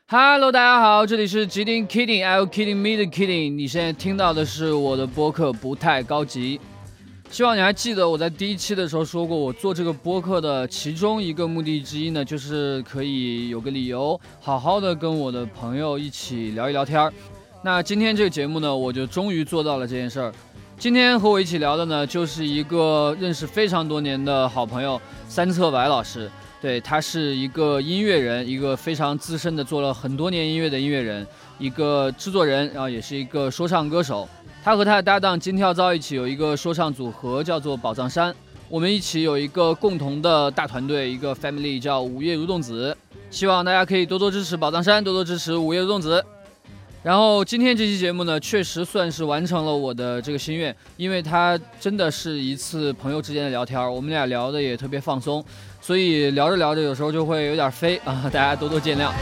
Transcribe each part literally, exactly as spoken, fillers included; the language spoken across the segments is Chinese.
Hello， 大家好，这里是 Kidding Kidding I'll Kidding Me 的 Kidding， 你现在听到的是我的播客不太高级。希望你还记得我在第一期的时候说过，我做这个播客的其中一个目的之一呢，就是可以有个理由好好的跟我的朋友一起聊一聊天。那今天这个节目呢，我就终于做到了这件事儿。今天和我一起聊的呢，就是一个认识非常多年的好朋友三策崴老师。对，他是一个音乐人，一个非常资深的做了很多年音乐的音乐人，一个制作人，然后也是一个说唱歌手。他和他的搭档金跳蚤一起有一个说唱组合叫做宝藏山，我们一起有一个共同的大团队，一个 family 叫午夜蠕动子。希望大家可以多多支持宝藏山，多多支持午夜蠕动子。然后今天这期节目呢，确实算是完成了我的这个心愿，因为它真的是一次朋友之间的聊天，我们俩聊的也特别放松，所以聊着聊着有时候就会有点飞啊，大家多多见谅。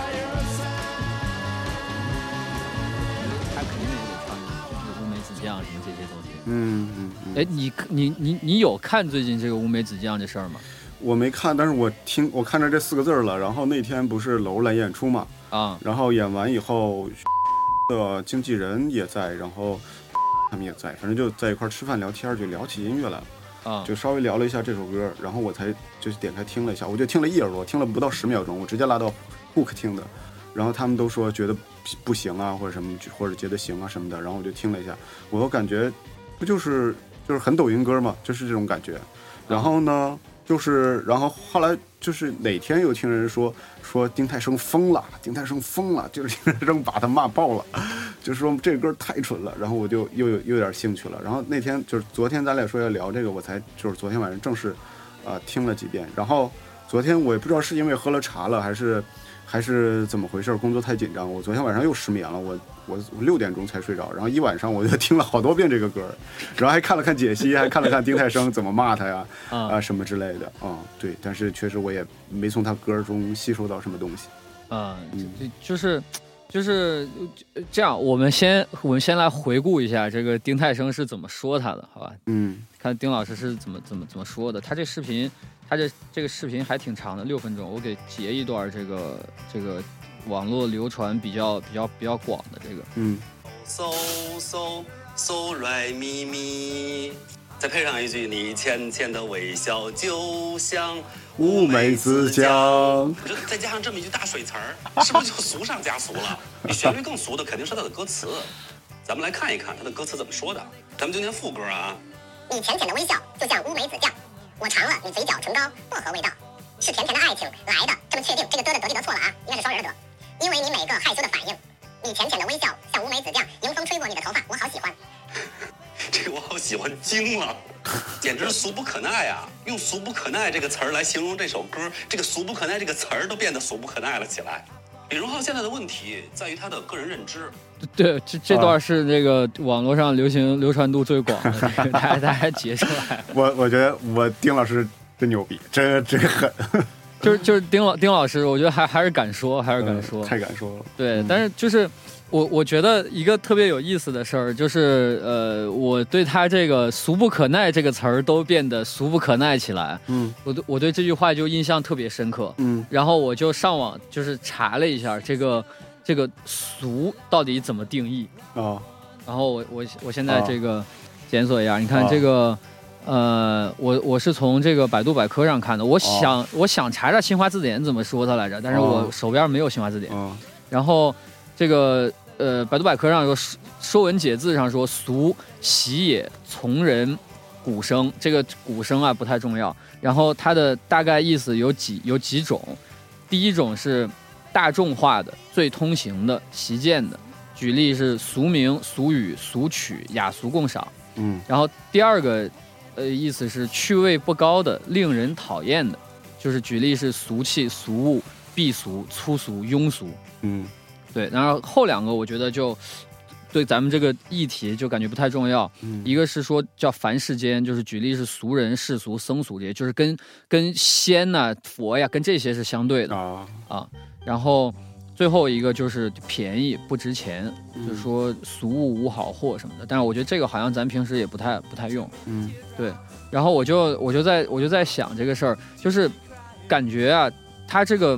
他肯定也有唱乌梅子酱什么这些东西。 嗯嗯嗯。 哎，你你你你有看最近这个乌梅子酱这事儿吗？ 我没看，但是我听我看着这四个字了。然后那天不是楼来演出嘛，啊，然后演完以后，的经纪人也在，然后他们也在，反正就在一块吃饭聊天，就聊起音乐来了，啊，就稍微聊了一下这首歌，然后我才就点开听了一下，我就听了一耳朵，听了不到十秒钟，我直接拉到 hook 听的，然后他们都说觉得不行啊，或者什么，或者觉得行啊什么的，然后我就听了一下，我感觉不就是就是很抖音歌嘛，就是这种感觉，然后呢。就是，然后后来就是哪天又听人说说丁太升疯了，丁太升疯了，就是丁太升把他骂爆了，就是说这歌太蠢了，然后我就又有又有点兴趣了。然后那天就是昨天咱俩说要聊这个，我才就是昨天晚上正式啊、呃、听了几遍。然后昨天我也不知道是因为喝了茶了还是还是怎么回事，工作太紧张，我昨天晚上又失眠了，我我我六点钟才睡着，然后一晚上我就听了好多遍这个歌，然后还看了看解析，还看了看丁太升怎么骂他呀，啊、呃、什么之类的啊、嗯，对，但是确实我也没从他歌中吸收到什么东西， 啊、嗯，就是就是这样，我们先我们先来回顾一下这个丁太升是怎么说他的，好吧？ 嗯， 看丁老师是怎么怎么怎么说的，他这视频，他这这个视频还挺长的，六分钟，我给截一段这个这个。网络流传比较比较比较广的这个， 嗯 ，so so so right me me， 再配上一句你浅浅的微笑就像乌梅子酱， 我觉得再加上这么一句大水词儿，是不是就俗上加俗了？比旋律更俗的肯定是它的歌词，咱们来看一看它的歌词怎么说的。咱们就念副歌啊， 你浅浅的微笑就像乌梅子酱，我尝了你嘴角唇膏薄荷味道，是甜甜的爱情来的，这么确定这个的的得地得错了啊，应该是双人的得。因为你每个害羞的反应，你浅浅的微笑像乌梅子酱，迎风吹过你的头发，我好喜欢。 这个我好喜欢惊了，简直是俗不可耐啊！用俗不可耐这个词儿来形容这首歌，这个俗不可耐这个词儿都变得俗不可耐了起来。李荣浩现在的问题在于他的个人认知。 对，这这段是这个网络上流行流传度最广的，大家大家截出来。 我我觉得我丁老师真牛逼，真真狠。 就是就是丁老丁老师，我觉得还还是敢说，还是敢说， 呃、太敢说了。 对， 嗯、 但是就是我我觉得一个特别有意思的事儿，就是呃，我对他这个俗不可耐这个词儿都变得俗不可耐起来。嗯，我对我对这句话就印象特别深刻。嗯，然后我就上网就是查了一下这个这个俗到底怎么定义啊、哦，然后我我我现在这个检索一下，哦、你看这个。哦呃，我我是从这个百度百科上看的，我想、哦、我想查查新华字典怎么说它来着，但是我手边没有新华字典。哦、然后这个呃百度百科上有《说文解字》上说俗习也，从人，古声，这个古声啊不太重要。然后它的大概意思有几有几种，第一种是大众化的、最通行的、习见的，举例是俗名、俗语、俗曲、雅俗共赏。嗯，然后第二个。呃，意思是趣味不高的、令人讨厌的，就是举例是俗气、俗物、避俗、粗俗、庸俗。嗯，对。然后后两个我觉得就对咱们这个议题就感觉不太重要。嗯，一个是说叫凡世间，就是举例是俗人、世俗、僧俗这些，就是跟跟仙呐、啊、佛呀跟这些是相对的啊啊。然后最后一个就是便宜不值钱，嗯、就是说俗物无好货什么的。但是我觉得这个好像咱平时也不太不太用。嗯，对。然后我就我就在我就在想这个事儿，就是感觉啊，他这个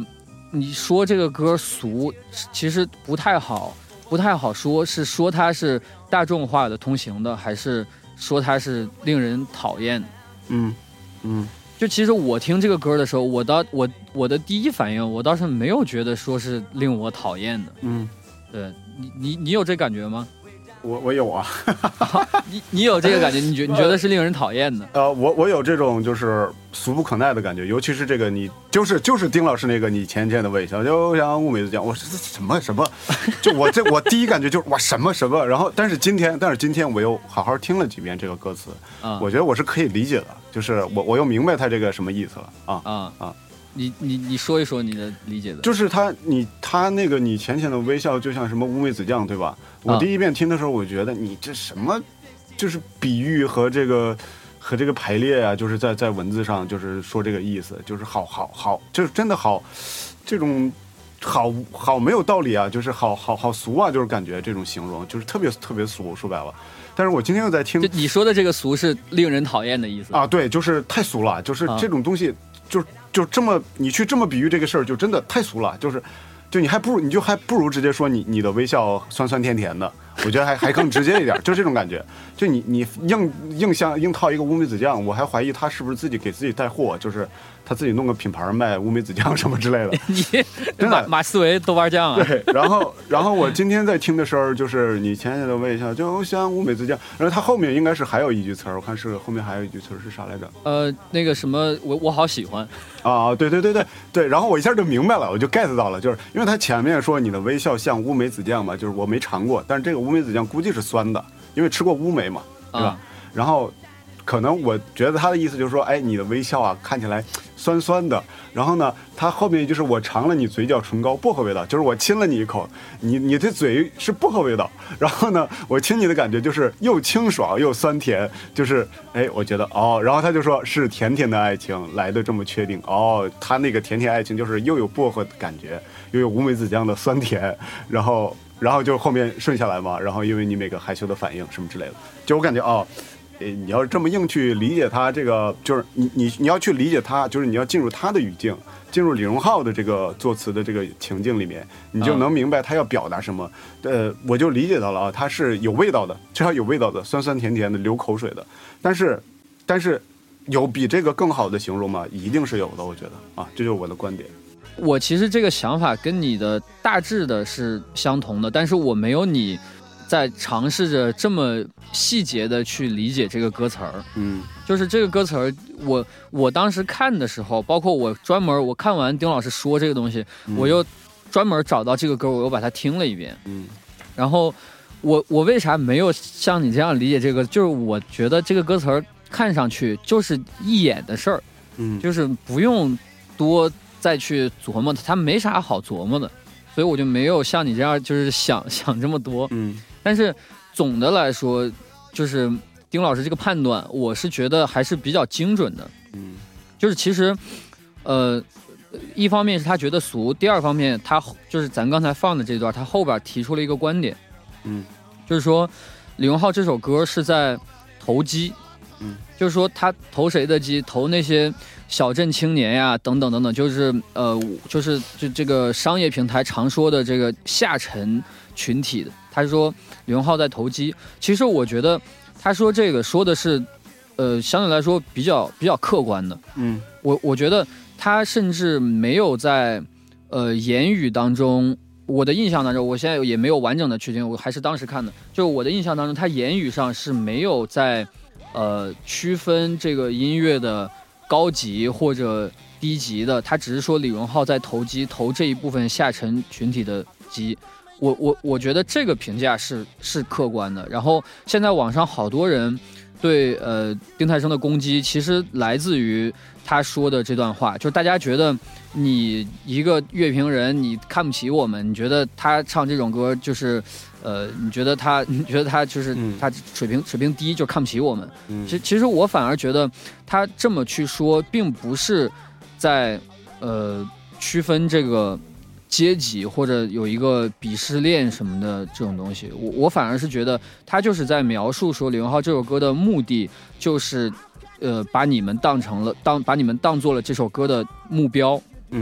你说这个歌俗，其实不太好，不太好说，是说它是大众化的、通行的，还是说它是令人讨厌的？ 嗯嗯。 就其实我听这个歌的时候，我倒我我的第一反应，我倒是没有觉得说是令我讨厌的。 嗯， 对你你你有这感觉吗？ 我我有啊， 你你有这个感觉？你觉你觉得是令人讨厌的？ 呃，我我有这种就是俗不可耐的感觉，尤其是这个你就是就是丁老师那个你浅浅的微笑，就像物美子讲，我说什么什么，就我这我第一感觉就是哇什么什么，然后但是今天但是今天我又好好听了几遍这个歌词，啊、我觉得我是可以理解的，就是我我又明白他这个什么意思了啊啊啊。 你你你说一说你的理解的， 就是他你他那个你浅浅的微笑，就像什么乌梅子酱，对吧？我第一遍听的时候，我觉得你这什么，就是比喻和这个和这个排列啊，就是在在文字上就是说这个意思，就是好好好，就是真的好，这种好好没有道理啊，就是好好好俗啊，就是感觉这种形容就是特别特别俗，说白了。但是我今天又在听， 你说的这个俗是令人讨厌的意思啊？对，就是太俗了，就是这种东西。就就这么你去这么比喻这个事儿，就真的太俗了。就是，就你还不如你就还不如直接说你你的微笑酸酸甜甜的，我觉得还还更直接一点，就这种感觉。就你你硬硬像硬套一个乌梅子酱，我还怀疑他是不是自己给自己带货，就是他自己弄个品牌卖乌梅子酱什么之类的。 你真的马思唯豆瓣酱啊？ 对，然后然后我今天在听的时候，就是你浅浅的微笑，就像乌梅子酱。然后他后面应该是还有一句词儿，我看是后面还有一句词儿是啥来着？ 呃，那个什么，我我好喜欢啊！对对对对对，然后我一下就明白了，我就 get 到了，就是因为他前面说你的微笑像乌梅子酱嘛，就是我没尝过，但是这个乌梅子酱估计是酸的，因为吃过乌梅嘛，对吧？啊、然后可能我觉得他的意思就是说，哎，你的微笑啊看起来酸酸的，然后呢，他后面就是我尝了你嘴角唇膏薄荷味道，就是我亲了你一口，你你的嘴是薄荷味道，然后呢，我亲你的感觉就是又清爽又酸甜，就是哎，我觉得哦，然后他就说是甜甜的爱情来的这么确定哦，他那个甜甜爱情就是又有薄荷的感觉，又有乌梅子酱的酸甜，然后然后就后面顺下来嘛，然后因为你每个害羞的反应什么之类的，就我感觉哦。你要这么硬去理解他这个，就是你你你要去理解他，就是你要进入他的语境，进入李荣浩的这个作词的这个情境里面，你就能明白他要表达什么。呃，我就理解到了啊，他是有味道的，至少有味道的，酸酸甜甜的，流口水的。但是，但是有比这个更好的形容吗？一定是有的，我觉得啊，这就是我的观点。 我其实这个想法跟你的大致的是相同的，但是我没有你。在尝试着这么细节的去理解这个歌词儿，嗯，就是这个歌词儿，我我当时看的时候，包括我专门我看完丁老师说这个东西，嗯、我又专门找到这个歌，我又把它听了一遍，嗯，然后我我为啥没有像你这样理解这个？就是我觉得这个歌词儿看上去就是一眼的事儿，嗯，就是不用多再去琢磨它，它没啥好琢磨的，所以我就没有像你这样就是想想这么多，嗯。但是总的来说，就是丁老师这个判断，我是觉得还是比较精准的。嗯，就是其实，呃，一方面是他觉得俗，第二方面他就是咱刚才放的这段，他后边提出了一个观点，嗯，就是说李荣浩这首歌是在投机，嗯，就是说他投谁的机？投那些小镇青年呀，等等等等，就是呃，就是就这个商业平台常说的这个下沉群体的。他说李荣浩在投机，其实我觉得他说这个说的是，呃，相对来说比较比较客观的。嗯，我我觉得他甚至没有在呃言语当中，我的印象当中，我现在也没有完整的去听，我还是当时看的，就我的印象当中，他言语上是没有在呃区分这个音乐的高级或者低级的，他只是说李荣浩在投机，投这一部分下沉群体的机。我我我觉得这个评价是是客观的。然后现在网上好多人对呃丁太升的攻击，其实来自于他说的这段话，就是大家觉得你一个乐评人，你看不起我们，你觉得他唱这种歌就是呃，你觉得他你觉得他就是他水平水平低，就看不起我们。嗯、其其实我反而觉得他这么去说，并不是在呃区分这个。阶级或者有一个鄙视链什么的这种东西，我我反而是觉得他就是在描述说李荣浩这首歌的目的就是，呃，把你们当成了当把你们当做了这首歌的目标，嗯，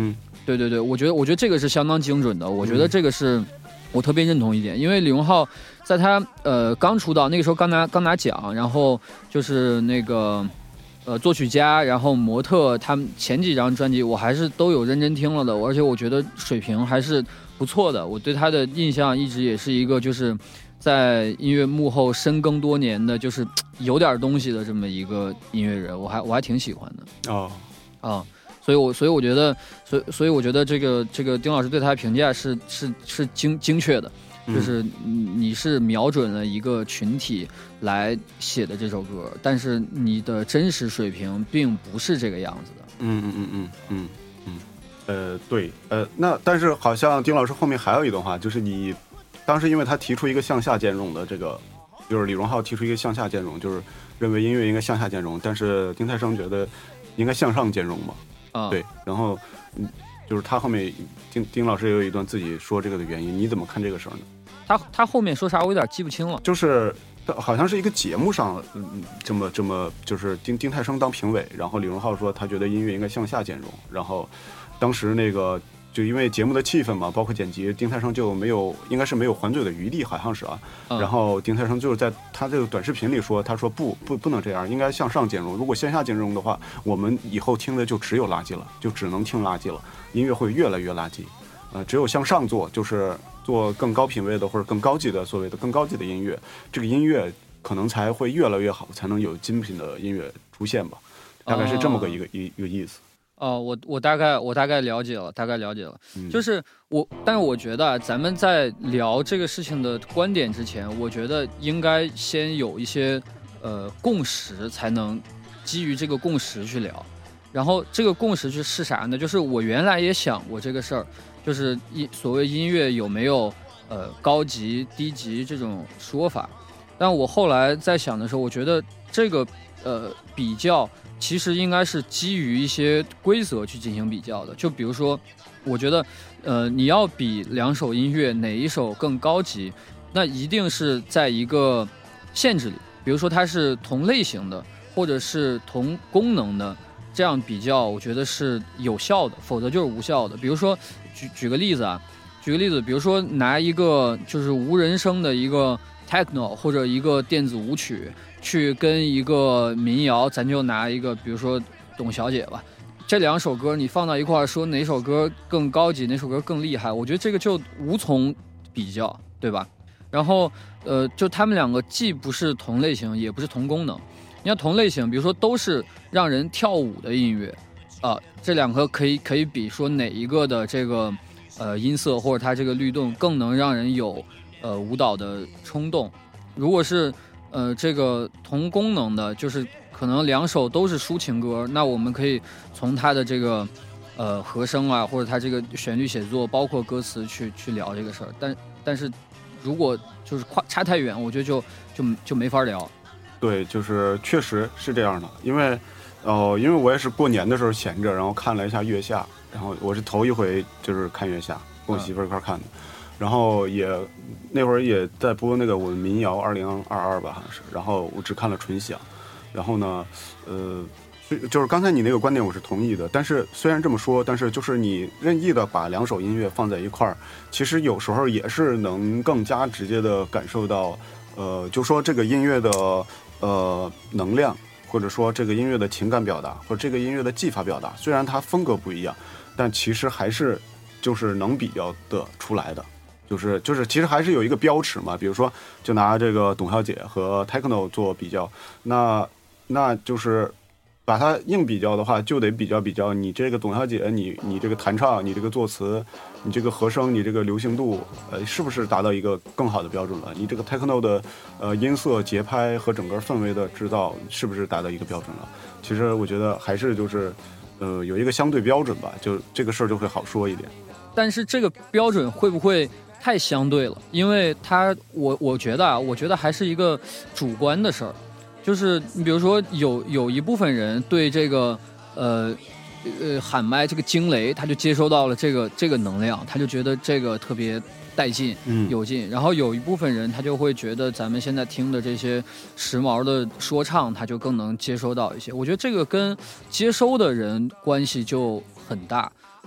对对对，我觉得我觉得这个是相当精准的，我觉得这个是我特别认同一点，因为李荣浩在他呃刚出道那个时候刚拿刚拿奖，然后就是那个呃作曲家，然后模特，他们前几张专辑我还是都有认真听了的，而且我觉得水平还是不错的，我对他的印象一直也是一个就是在音乐幕后深耕多年的，就是有点东西的这么一个音乐人，我还我还挺喜欢的哦啊。所以我，所以我觉得，所以，所以我觉得这个这个丁老师对他的评价是是是精精确的，就是你是瞄准了一个群体来写的这首歌，但是你的真实水平并不是这个样子的。 嗯嗯嗯嗯嗯嗯，呃，对，呃，那但是好像丁老师后面还有一段话，就是你当时因为他提出一个向下兼容的这个，就是李荣浩提出一个向下兼容，就是认为音乐应该向下兼容，但是丁太升觉得应该向上兼容嘛。 啊， 对，然后，嗯，就是他后面丁丁老师也有一段自己说这个的原因，你怎么看这个事儿呢？ 他他后面说啥我有点记不清了， 就是好像是一个节目上，嗯，这么这么就是丁丁太升当评委，然后李荣浩说他觉得音乐应该向下兼容，然后当时那个就因为节目的气氛嘛，包括剪辑，丁太升就没有应该是没有还嘴的余地，好像是啊。嗯、然后丁太升就是在他这个短视频里说，他说不不不能这样，应该向上兼容。如果向下兼容的话，我们以后听的就只有垃圾了，就只能听垃圾了，音乐会越来越垃圾。呃，只有向上做，就是做更高品位的或者更高级的所谓的更高级的音乐，这个音乐可能才会越来越好，才能有精品的音乐出现吧。大概是这么个一个、哦、一一个意思。 哦，我我大概我大概了解了，大概了解了，嗯、就是我，但是我觉得咱们在聊这个事情的观点之前，我觉得应该先有一些呃共识，才能基于这个共识去聊。然后这个共识是啥呢？就是我原来也想过这个事儿，就是音所谓音乐有没有呃高级、低级这种说法，但我后来在想的时候，我觉得这个呃比较。其实应该是基于一些规则去进行比较的，就比如说，我觉得，呃，你要比两首音乐哪一首更高级，那一定是在一个限制里，比如说它是同类型的，或者是同功能的，这样比较，我觉得是有效的，否则就是无效的。比如说，举举个例子啊，举个例子，比如说拿一个就是无人声的一个 techno 或者一个电子舞曲。去跟一个民谣，咱就拿一个，比如说董小姐吧，这两首歌你放到一块儿，说哪首歌更高级，哪首歌更厉害，我觉得这个就无从比较，对吧？然后，呃，就他们两个既不是同类型，也不是同功能。你要同类型，比如说都是让人跳舞的音乐，啊、呃，这两个可以可以比说哪一个的这个呃音色或者它这个律动更能让人有呃舞蹈的冲动。如果是呃，这个同功能的，就是可能两首都是抒情歌，那我们可以从它的这个呃和声啊，或者它这个旋律写作，包括歌词去去聊这个事儿。但但是如果就是跨差太远，我觉得就就就没法聊。 对，就是确实是这样的，因为哦、呃，因为我也是过年的时候闲着，然后看了一下月下，然后我是头一回就是看月下，跟我媳妇儿一块看的。嗯，然后也那会儿也在播那个我们民谣二零二二吧，好像是。然后我只看了纯享。然后呢，呃，就是刚才你那个观点我是同意的。但是虽然这么说，但是就是你任意的把两首音乐放在一块儿，其实有时候也是能更加直接的感受到，呃，就说这个音乐的呃能量，或者说这个音乐的情感表达，或者这个音乐的技法表达，虽然它风格不一样，但其实还是就是能比较的出来的。就是就是，其实还是有一个标尺嘛，比如说，就拿这个董小姐和 techno 做比较，那那就是把它硬比较的话，就得比较比较你这个董小姐，你你这个弹唱，你这个作词，你这个和声，你这个流行度，呃，是不是达到一个更好的标准了？你这个 techno 的呃音色、节拍和整个氛围的制造，是不是达到一个标准了？其实我觉得还是就是呃有一个相对标准吧，就这个事儿就会好说一点。 但是这个标准会不会太相对了？因为它，我我觉得啊，我觉得还是一个主观的事儿。就是你比如说有有一部分人对这个呃呃喊麦这个惊雷，他就接收到了这个这个能量，他就觉得这个特别带劲， 嗯， 有劲。然后有一部分人他就会觉得咱们现在听的这些时髦的说唱，他就更能接收到一些。我觉得这个跟接收的人关系就很大。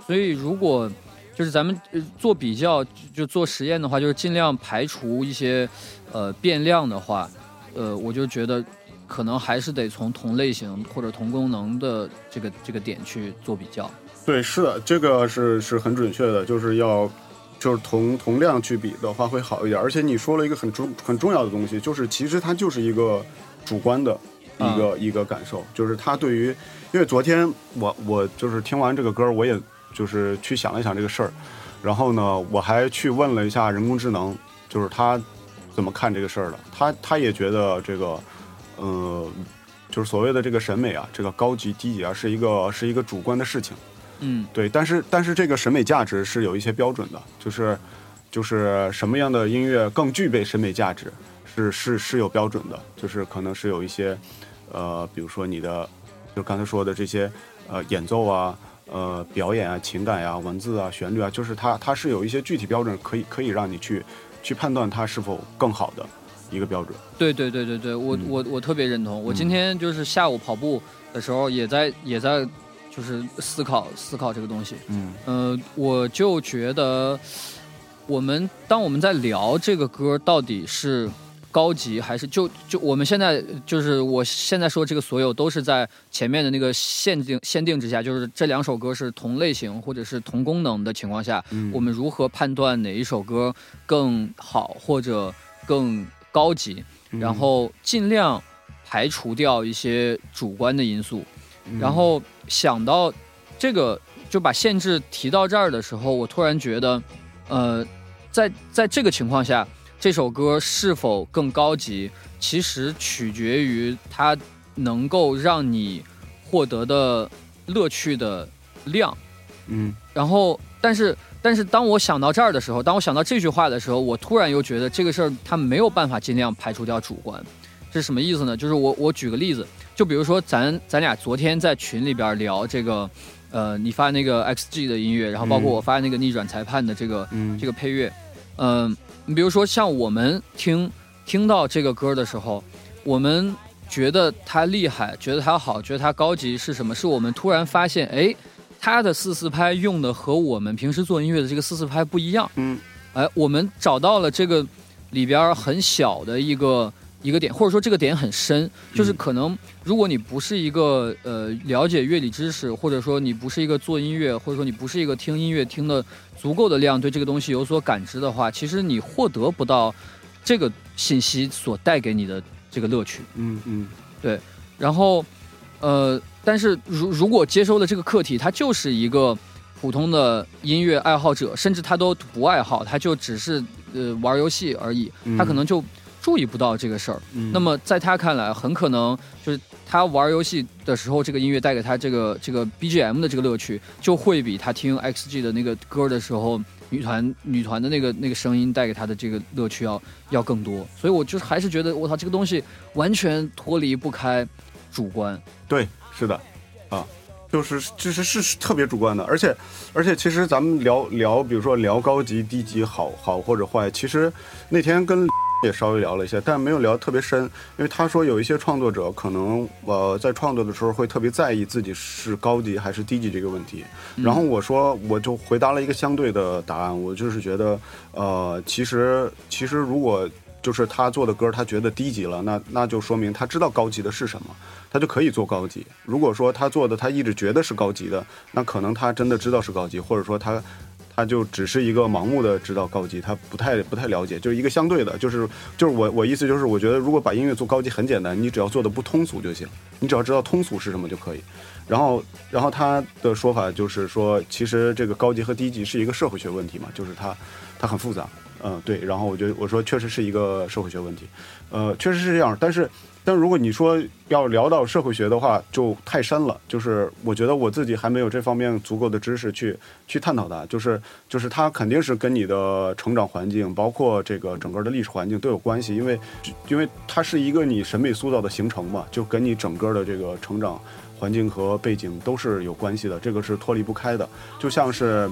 所以如果就是咱们做比较就做实验的话，就是尽量排除一些呃变量的话，呃，我就觉得可能还是得从同类型或者同功能的这个这个点去做比较。 对，是的，这个是是很准确的，就是要就是同同量去比的话会好一点。而且你说了一个很重很重要的东西，就是其实它就是一个主观的一个、嗯、一个感受，就是它对于，因为昨天我我就是听完这个歌，我也就是去想了一想这个事儿，然后呢，我还去问了一下人工智能，就是他怎么看这个事儿的，他他也觉得这个，呃，就是所谓的这个审美啊，这个高级低级啊，是一个是一个主观的事情。 嗯， 对，但是但是这个审美价值是有一些标准的，就是就是什么样的音乐更具备审美价值，是是是有标准的，就是可能是有一些，呃，比如说你的，就刚才说的这些，呃，演奏啊，呃，表演啊，情感呀、啊，文字啊，旋律啊，就是它它是有一些具体标准，可以可以让你去去判断它是否更好的一个标准。 对对对对对，我、嗯、我我特别认同。我今天就是下午跑步的时候，也在也在。就是思考思考这个东西， 嗯， 呃，我就觉得，我们当我们在聊这个歌到底是高级还是就就我们现在就是我现在说这个所有都是在前面的那个限定限定之下，就是这两首歌是同类型或者是同功能的情况下， 嗯， 我们如何判断哪一首歌更好或者更高级， 嗯， 然后尽量排除掉一些主观的因素。然后想到这个，就把限制提到这儿的时候，我突然觉得，呃，在在这个情况下，这首歌是否更高级，其实取决于它能够让你获得的乐趣的量。 嗯， 然后，但是但是当我想到这儿的时候，当我想到这句话的时候，我突然又觉得这个事儿它没有办法尽量排除掉主观。这是什么意思呢？就是我我举个例子。就比如说咱咱俩昨天在群里边聊这个，呃，你发那个 X G 的音乐，然后包括我发那个逆转裁判的这个、嗯、这个配乐，嗯、呃，你比如说像我们听听到这个歌的时候，我们觉得它厉害，觉得它好，觉得它高级是什么？是我们突然发现，哎，它的四四拍用的和我们平时做音乐的这个四四拍不一样， 嗯， 哎，我们找到了这个里边很小的一个。一个点，或者说这个点很深，就是可能如果你不是一个呃了解乐理知识，或者说你不是一个做音乐，或者说你不是一个听音乐听的足够的量，对这个东西有所感知的话，其实你获得不到这个信息所带给你的这个乐趣。 嗯嗯， 对。然后呃，但是如如果接收的这个课题，它就是一个普通的音乐爱好者，甚至他都不爱好，他就只是呃玩游戏而已，他可能就。注意不到这个事儿、嗯，那么在他看来，很可能就是他玩游戏的时候，这个音乐带给他这个这个 B G M 的这个乐趣，就会比他听 X G 的那个歌的时候，女团女团的那个那个声音带给他的这个乐趣要要更多。所以我就是还是觉得，我操，这个东西完全脱离不开主观。 对，是的，啊，就是就是是特别主观的，而且而且其实咱们聊聊，比如说聊高级低级好好或者坏，其实那天跟。也稍微聊了一些，但没有聊特别深，因为他说有一些创作者可能呃在创作的时候会特别在意自己是高级还是低级这个问题， 嗯、 然后我说我就回答了一个相对的答案，我就是觉得呃其实其实如果就是他做的歌他觉得低级了，那那就说明他知道高级的是什么，他就可以做高级。如果说他做的他一直觉得是高级的，那可能他真的知道是高级，或者说他。他就只是一个盲目的知道高级，他不太不太了解，就是一个相对的，就是就是我我意思就是，我觉得如果把音乐做高级很简单，你只要做的不通俗就行，你只要知道通俗是什么就可以。然后然后他的说法就是说，其实这个高级和低级是一个社会学问题嘛，就是它它很复杂，嗯对。然后我觉得我说确实是一个社会学问题，呃确实是这样，但是。但如果你说要聊到社会学的话，就太深了。就是我觉得我自己还没有这方面足够的知识去去探讨它。就是就是它肯定是跟你的成长环境，包括这个整个的历史环境都有关系，因为因为它是一个你审美塑造的形成嘛，就跟你整个的这个成长环境和背景都是有关系的，这个是脱离不开的。就像是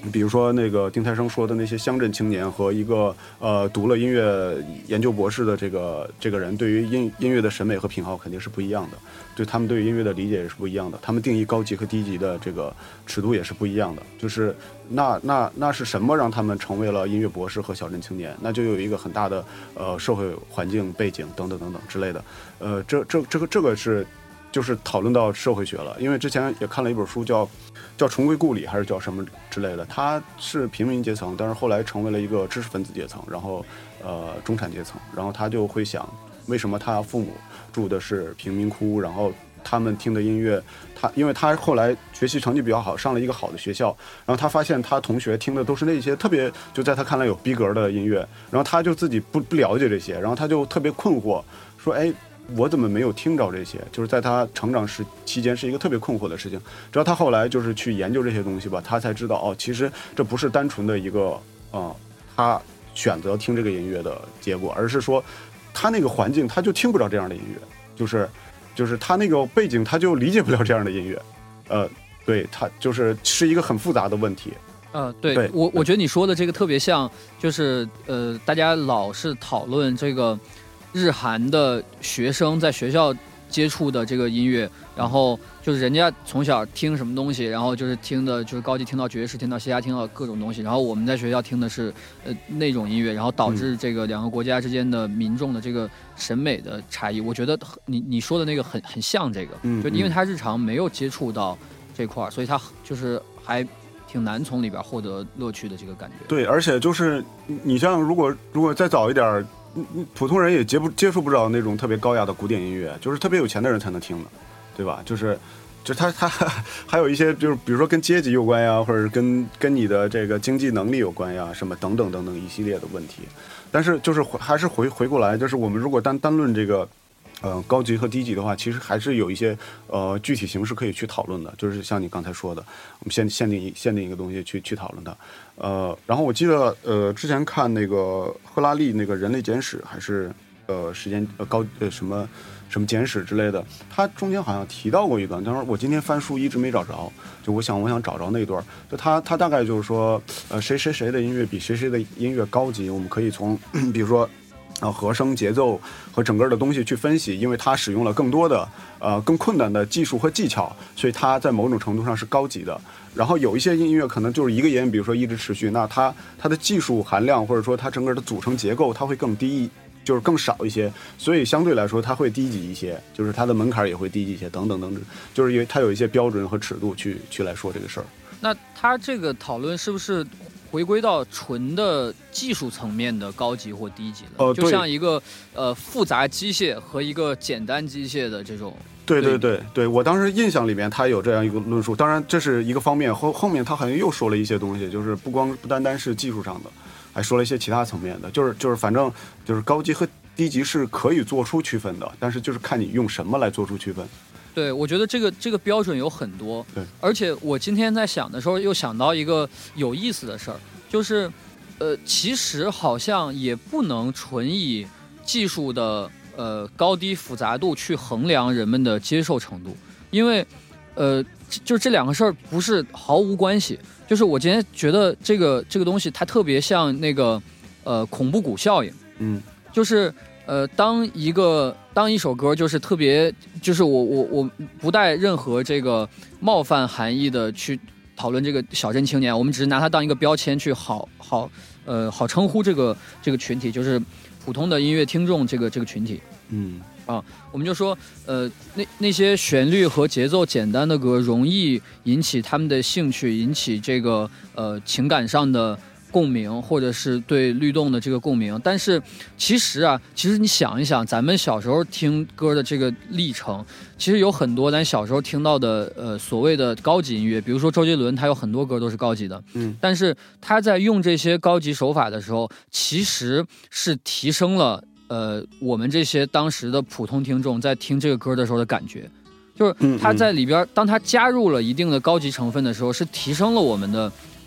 比如说那个丁太升说的那些乡镇青年和一个呃读了音乐研究博士的这个这个人，对于音音乐的审美和品号肯定是不一样的，对他们对于音乐的理解也是不一样的，他们定义高级和低级的这个尺度也是不一样的。就是那那那是什么让他们成为了音乐博士和小镇青年？那就有一个很大的呃社会环境背景等等等等之类的。呃，这这这个这个是就是讨论到社会学了，因为之前也看了一本书叫。叫重归故里还是叫什么之类的，他是平民阶层，但是后来成为了一个知识分子阶层，然后呃中产阶层，然后他就会想，为什么他父母住的是贫民窟，然后他们听的音乐，他因为他后来学习成绩比较好，上了一个好的学校，然后他发现他同学听的都是那些特别就在他看来有逼格的音乐，然后他就自己不不了解这些，然后他就特别困惑，说哎。我怎么没有听着这些？就是在他成长时期间是一个特别困惑的事情。直到他后来就是去研究这些东西吧，他才知道哦，其实这不是单纯的一个啊、呃，他选择听这个音乐的结果，而是说他那个环境他就听不着这样的音乐，就是就是他那个背景他就理解不了这样的音乐。呃，对他就是是一个很复杂的问题。 呃，对, 对我我觉得你说的这个特别像，就是呃，大家老是讨论这个。日韩的学生在学校接触的这个音乐，然后就是人家从小听什么东西，然后就是听的就是高级听到爵士，听到嘻哈，听到各种东西，然后我们在学校听的是呃那种音乐，然后导致这个两个国家之间的民众的这个审美的差异。我觉得你你说的那个很很像这个，就因为他日常没有接触到这块，所以他就是还挺难从里边获得乐趣的这个感觉。 对，而且就是你像如果如果再早一点。普通人也接不接触不着那种特别高雅的古典音乐，就是特别有钱的人才能听的，对吧？就是，就他他还有一些就是比如说跟阶级有关呀，或者跟跟你的这个经济能力有关呀，什么等等等等一系列的问题。但是就是还是回回过来，就是我们如果单单论这个。呃，高级和低级的话，其实还是有一些呃具体形式可以去讨论的，就是像你刚才说的，我们限限定一限定一个东西去去讨论它。呃，然后我记得呃之前看那个赫拉利那个《人类简史》还是呃时间呃高呃什么什么简史之类的，他中间好像提到过一段，但是我今天翻书一直没找着，就我想我想找着那段，就他他大概就是说呃谁谁谁的音乐比谁谁的音乐高级，我们可以从比如说。啊，和声、节奏和整个的东西去分析，因为它使用了更多的、呃更困难的技术和技巧，所以它在某种程度上是高级的。然后有一些音乐可能就是一个音，比如说一直持续，那它它的技术含量或者说它整个的组成结构，它会更低，就是更少一些，所以相对来说它会低级一些，就是它的门槛也会低级一些，等等等等，就是因为它有一些标准和尺度去去来说这个事儿。 那它这个讨论是不是？回归到纯的技术层面的高级或低级的， 呃、 就像一个呃复杂机械和一个简单机械的这种。 对对对对，我当时印象里面他有这样一个论述，当然这是一个方面，后后面他好像又说了一些东西，就是不光不单单是技术上的，还说了一些其他层面的，就是就是反正就是高级和低级是可以做出区分的，但是就是看你用什么来做出区分。 对，我觉得这个这个标准有很多， 对， 而且我今天在想的时候，又想到一个有意思的事儿，就是，呃，其实好像也不能纯以技术的呃高低复杂度去衡量人们的接受程度，因为，呃，就这两个事儿不是毫无关系。就是我今天觉得这个这个东西它特别像那个呃恐怖谷效应， 嗯， 就是。呃，当一个当一首歌就是特别，就是我我我不带任何这个冒犯含义的去讨论这个小镇青年，我们只是拿它当一个标签去好好呃好称呼这个这个群体，就是普通的音乐听众这个这个群体。 嗯啊，我们就说呃那那些旋律和节奏简单的歌容易引起他们的兴趣，引起这个呃情感上的。共鸣，或者是对律动的这个共鸣，但是其实啊，其实你想一想，咱们小时候听歌的这个历程，其实有很多咱小时候听到的，呃，所谓的高级音乐，比如说周杰伦，他有很多歌都是高级的， 嗯， 但是他在用这些高级手法的时候，其实是提升了，呃，我们这些当时的普通听众在听这个歌的时候的感觉，就是他在里边，当他加入了一定的高级成分的时候，是提升了我们的。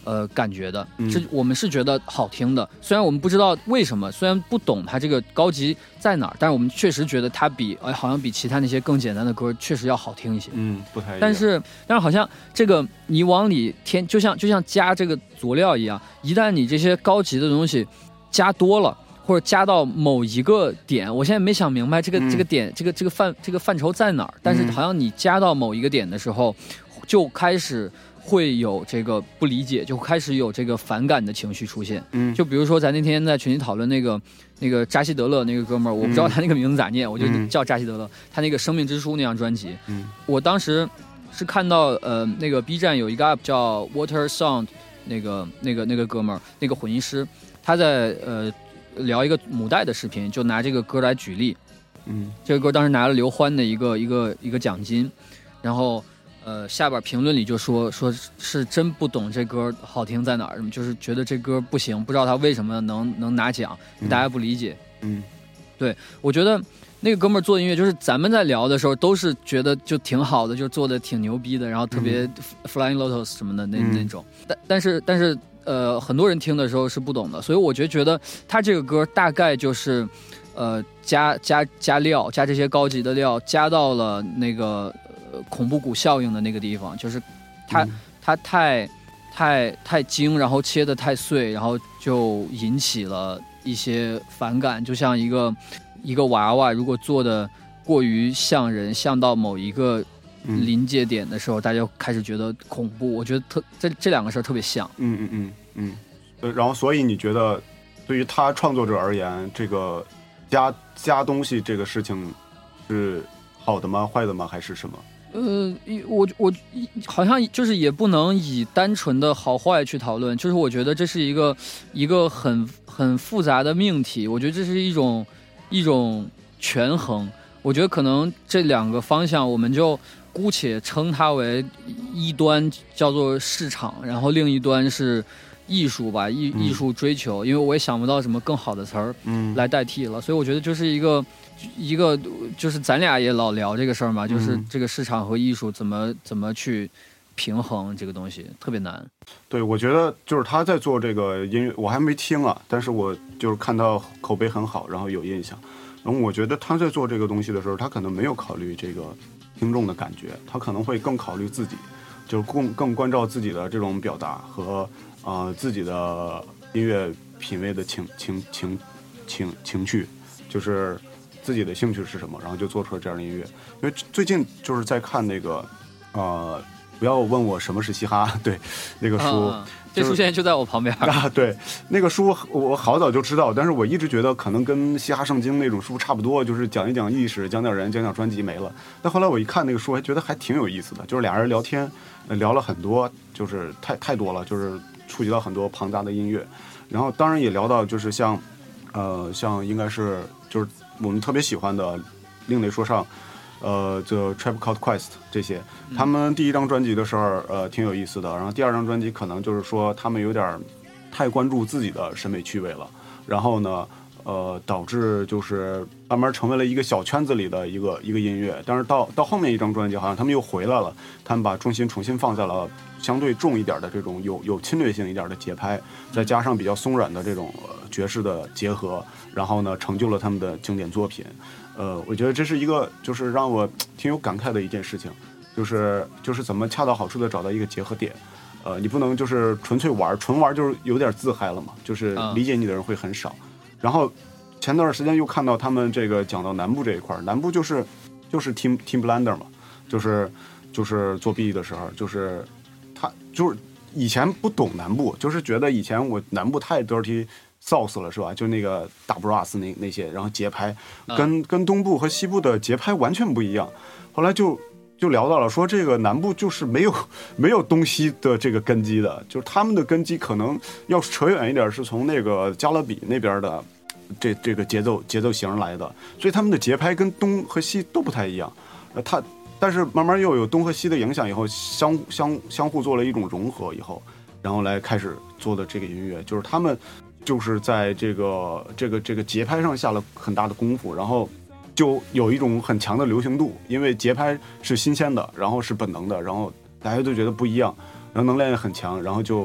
呃感觉的，是我们是觉得好听的。虽然我们不知道为什么，虽然不懂它这个高级在哪儿，但是我们确实觉得它比哎好像比其他那些更简单的歌确实要好听一些。 嗯，不太一样。 但是但是好像这个你往里添，就像就像加这个佐料一样，一旦你这些高级的东西加多了。或者加到某一个点，我现在没想明白这个、嗯、这个点这个这个范这个范畴在哪儿。但是好像你加到某一个点的时候，就开始会有这个不理解，就开始有这个反感的情绪出现。嗯，就比如说咱那天在群里讨论那个那个扎西德勒那个哥们儿，我不知道他那个名字咋念，嗯、我就叫扎西德勒。他那个《生命之书》那张专辑，嗯，我当时是看到呃那个 B 站有一个 app 叫 Water Sound， 那个那个那个哥们儿那个混音师，他在呃。聊一个母带的视频，就拿这个歌来举例。嗯，这个歌当时拿了刘欢的一个一个一个奖金，然后呃下边评论里就说说是真不懂这歌好听在哪儿，就是觉得这歌不行，不知道他为什么能能拿奖，大家不理解。嗯，对，我觉得那个哥们儿做音乐，就是咱们在聊的时候都是觉得就挺好的，就做的挺牛逼的，然后特别 Flying Lotus 什么的那、嗯、那种，但但是但是。呃，很多人听的时候是不懂的，所以我就觉得他这个歌大概就是，呃，加加加料，加这些高级的料，加到了那个、呃、恐怖谷效应的那个地方，就是它、嗯、它太太太精，然后切得太碎，然后就引起了一些反感，就像一个一个娃娃，如果做的过于像人，像到某一个。临界点的时候，大家开始觉得恐怖。我觉得特这这两个事儿特别像。 嗯嗯嗯嗯。呃，然后所以你觉得，对于他创作者而言，这个加加东西这个事情是好的吗？坏的吗？还是什么？ 呃，我我好像就是也不能以单纯的好坏去讨论，就是我觉得这是一个一个很很复杂的命题。我觉得这是一种一种权衡。我觉得可能这两个方向，我们就。姑且称它为一端叫做市场，然后另一端是艺术吧，艺艺术追求，因为我也想不到什么更好的词儿来代替了，所以我觉得就是一个一个就是咱俩也老聊这个事儿嘛，就是这个市场和艺术怎么怎么去平衡这个东西特别难。 对，我觉得就是他在做这个音乐，我还没听啊，但是我就是看到口碑很好，然后有印象，然后我觉得他在做这个东西的时候，他可能没有考虑这个听众的感觉，他可能会更考虑自己，就是更更关照自己的这种表达和呃自己的音乐品味的情情情情情趣，就是自己的兴趣是什么，然后就做出了这样的音乐。因为最近就是在看那个呃，不要问我什么是嘻哈，对，那个书。 啊这书现在就在我旁边啊！对，那个书我好早就知道，但是我一直觉得可能跟嘻哈圣经那种书差不多，就是讲一讲历史，讲讲人，讲讲专辑没了。但后来我一看那个书，还觉得还挺有意思的，就是俩人聊天，聊了很多，就是太太多了，就是触及到很多庞杂的音乐。然后当然也聊到就是像，呃，像应该是就是我们特别喜欢的另类说唱。呃，就 Tribe Called Quest 这些，他们第一张专辑的时候，呃，挺有意思的。然后第二张专辑可能就是说他们有点太关注自己的审美趣味了，然后呢，呃，导致就是慢慢成为了一个小圈子里的一个一个音乐。但是到到后面一张专辑，好像他们又回来了，他们把重心重新放在了相对重一点的这种有有侵略性一点的节拍，再加上比较松软的这种、呃、爵士的结合，然后呢，成就了他们的经典作品。呃，我觉得这是一个就是让我挺有感慨的一件事情，就是就是怎么恰到好处的找到一个结合点。呃，你不能就是纯粹玩，纯玩就是有点自嗨了嘛，就是理解你的人会很少。然后前段时间又看到他们这个讲到南部这一块，南部就是就是 Team Team Blender 嘛，就是就是作弊的时候，就是他就是以前不懂南部，就是觉得以前我南部太 dirty sauce 了是吧？就那个大 brass 那那些，然后节拍跟跟东部和西部的节拍完全不一样。后来就就聊到了说，这个南部就是没有没有东西的这个根基的，就是他们的根基可能要扯远一点，是从那个加勒比那边的这这个节奏节奏型来的，所以他们的节拍跟东和西都不太一样。呃，他但是慢慢又有东和西的影响以后，相相相互做了一种融合以后，然后来开始做的这个音乐，就是他们。就是在这个这个这个节拍上下了很大的功夫，然后就有一种很强的流行度，因为节拍是新鲜的，然后是本能的，然后大家都觉得不一样，然后能量也很强，然后就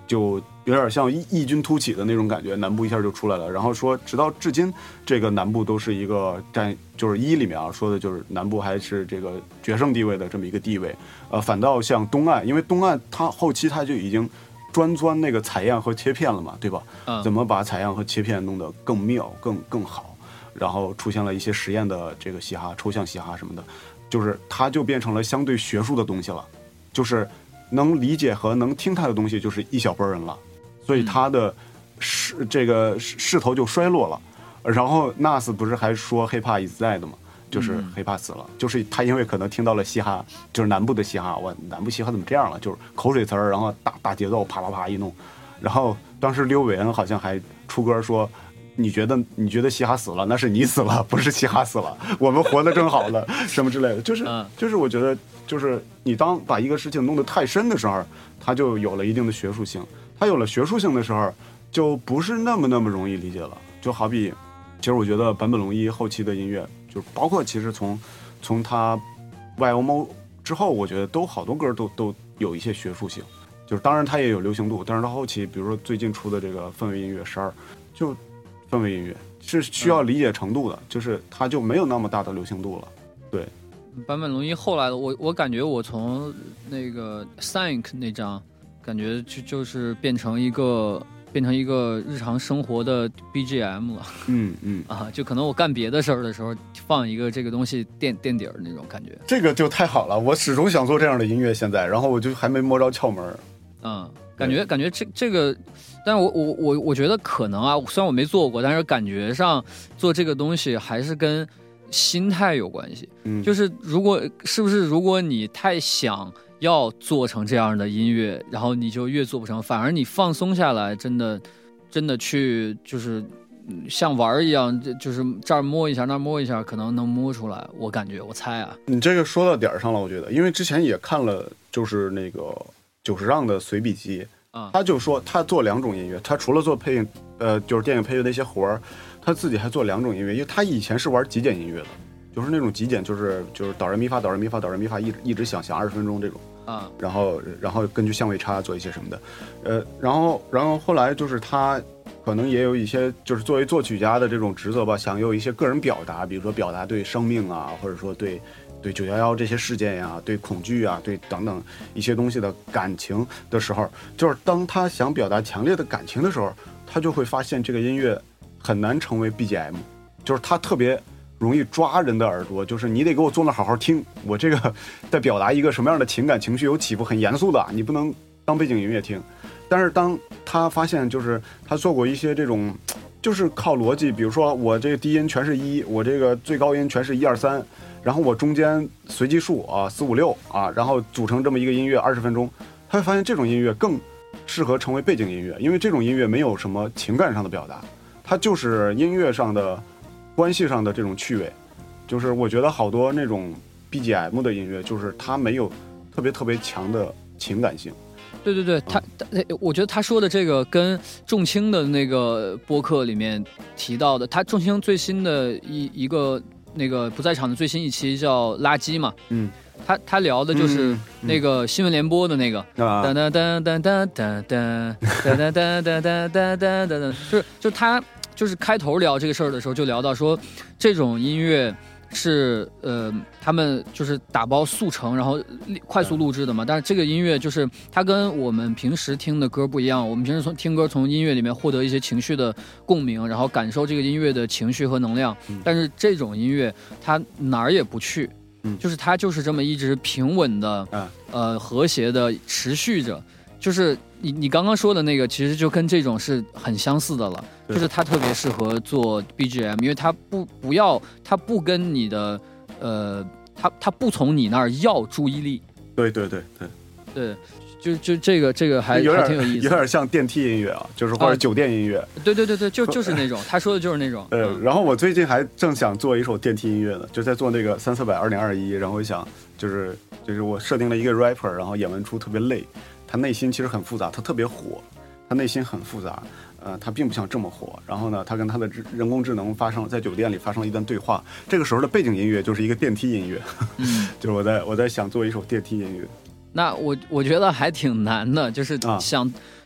就有点像异军突起的那种感觉，南部一下就出来了。然后说，直到至今，这个南部都是一个占，就是一里面啊说的就是南部还是这个决胜地位的这么一个地位。呃，反倒像东岸，因为东岸它后期它就已经专钻那个采样和切片了嘛，对吧？嗯，怎么把采样和切片弄得更妙、更更好？然后出现了一些实验的这个嘻哈、抽象嘻哈什么的，就是它就变成了相对学术的东西了，就是能理解和能听它的东西就是一小波人了，所以它的势这个势头就衰落了。然后 Nas 不是还说 hiphop is dead 吗？就是hiphop死了，就是他因为可能听到了嘻哈，就是南部的嘻哈，我南部嘻哈怎么这样了？就是口水词儿，然后大大节奏，啪啪啪一弄。然后当时刘伟恩好像还出歌说。你觉得你觉得嘻哈死了，那是你死了，不是嘻哈死了，我们活得正好了，什么之类的，就是就是我觉得就是你当把一个事情弄得太深的时候，它就有了一定的学术性，它有了学术性的时候，就不是那么那么容易理解了。就好比，其实我觉得坂本龙一后期的音乐，就包括其实从从他 Y O M O 之后，我觉得都好多歌都都有一些学术性，就是当然它也有流行度，但是到后期，比如说最近出的这个氛围音乐十二，就。氛围音乐是需要理解程度的，嗯、就是它就没有那么大的流行度了。对， 坂本龙一后来的我，我感觉我从那个 Thank 那张，感觉就就是变成一个变成一个日常生活的 B G M 了。 嗯嗯啊，就可能我干别的事儿的时候放一个这个东西垫垫底儿那种感觉。 这个就太好了，我始终想做这样的音乐，现在，然后我就还没摸着窍门。 嗯，感觉感觉这这个。但是我我我我觉得可能啊，虽然我没做过，但是感觉上做这个东西还是跟心态有关系。嗯，就是如果是不是如果你太想要做成这样的音乐，然后你就越做不成，反而你放松下来，真的真的去就是像玩一样，就是这儿摸一下那儿摸一下，可能能摸出来。我感觉我猜啊， 你这个说到点上了，我觉得，因为之前也看了，就是那个久石让的随笔集。啊，他就说他做两种音乐，他除了做配音，呃，就是电影配乐的一些活儿，他自己还做两种音乐，因为他以前是玩极简音乐的，就是那种极简，就是就是导人咪发导人咪发导人咪发，一直一直想想二十分钟这种啊，然后然后根据相位差做一些什么的，呃，然后然后后来就是他可能也有一些就是作为作曲家的这种职责吧，想有一些个人表达，比如说表达对生命啊，或者说对。对九一一这些事件呀，对恐惧啊，对等等一些东西的感情的时候，就是当他想表达强烈的感情的时候，他就会发现这个音乐很难成为 B G M， 就是他特别容易抓人的耳朵，就是你得给我坐那好好听，我这个在表达一个什么样的情感情绪有起伏，很严肃的，你不能当背景音乐听。但是当他发现，就是他做过一些这种，就是靠逻辑，比如说我这个低音全是一，我这个最高音全是一二三。然后我中间随机数啊四五六啊，然后组成这么一个音乐二十分钟，他会发现这种音乐更适合成为背景音乐，因为这种音乐没有什么情感上的表达，它就是音乐上的关系上的这种趣味。就是我觉得好多那种 B G M 的音乐，就是它没有特别特别强的情感性。 对对对，他、嗯、我觉得他说的这个跟仲青的那个播客里面提到的，他仲青最新的一一个。那个不在场的最新一期叫垃圾嘛，嗯，他他聊的就是那个新闻联播的那个，哒哒哒哒哒哒哒哒哒哒哒哒哒哒哒，就是就他就是开头聊这个事儿的时候就聊到说，这种音乐是呃他们就是打包速成然后快速录制的嘛，但是这个音乐就是它跟我们平时听的歌不一样，我们平时从听歌从音乐里面获得一些情绪的共鸣，然后感受这个音乐的情绪和能量，但是这种音乐它哪儿也不去，就是它就是这么一直平稳的呃和谐的持续着，就是你你刚刚说的那个其实就跟这种是很相似的了，就是它特别适合做 B G M， 因为它不不要它不跟你的呃它它不从你那儿要注意力。 对对对对对，就就这个这个还有点还挺有意思， 有点像电梯音乐啊，就是或者酒店音乐。啊、 对对对对，就就是那种他说的就是那种。 呃，然后我最近还正想做一首电梯音乐呢，就在做那个三四百二零二一，然后我想就是就是我设定了一个 rapper， 然后演完出特别累。他内心其实很复杂，他特别火，他内心很复杂，呃，他并不想这么火。然后呢，他跟他的人工智能发生在酒店里发生了一段对话。这个时候的背景音乐就是一个电梯音乐，嗯、就是我在我在想做一首电梯音乐。 那我我觉得还挺难的，就是想、啊、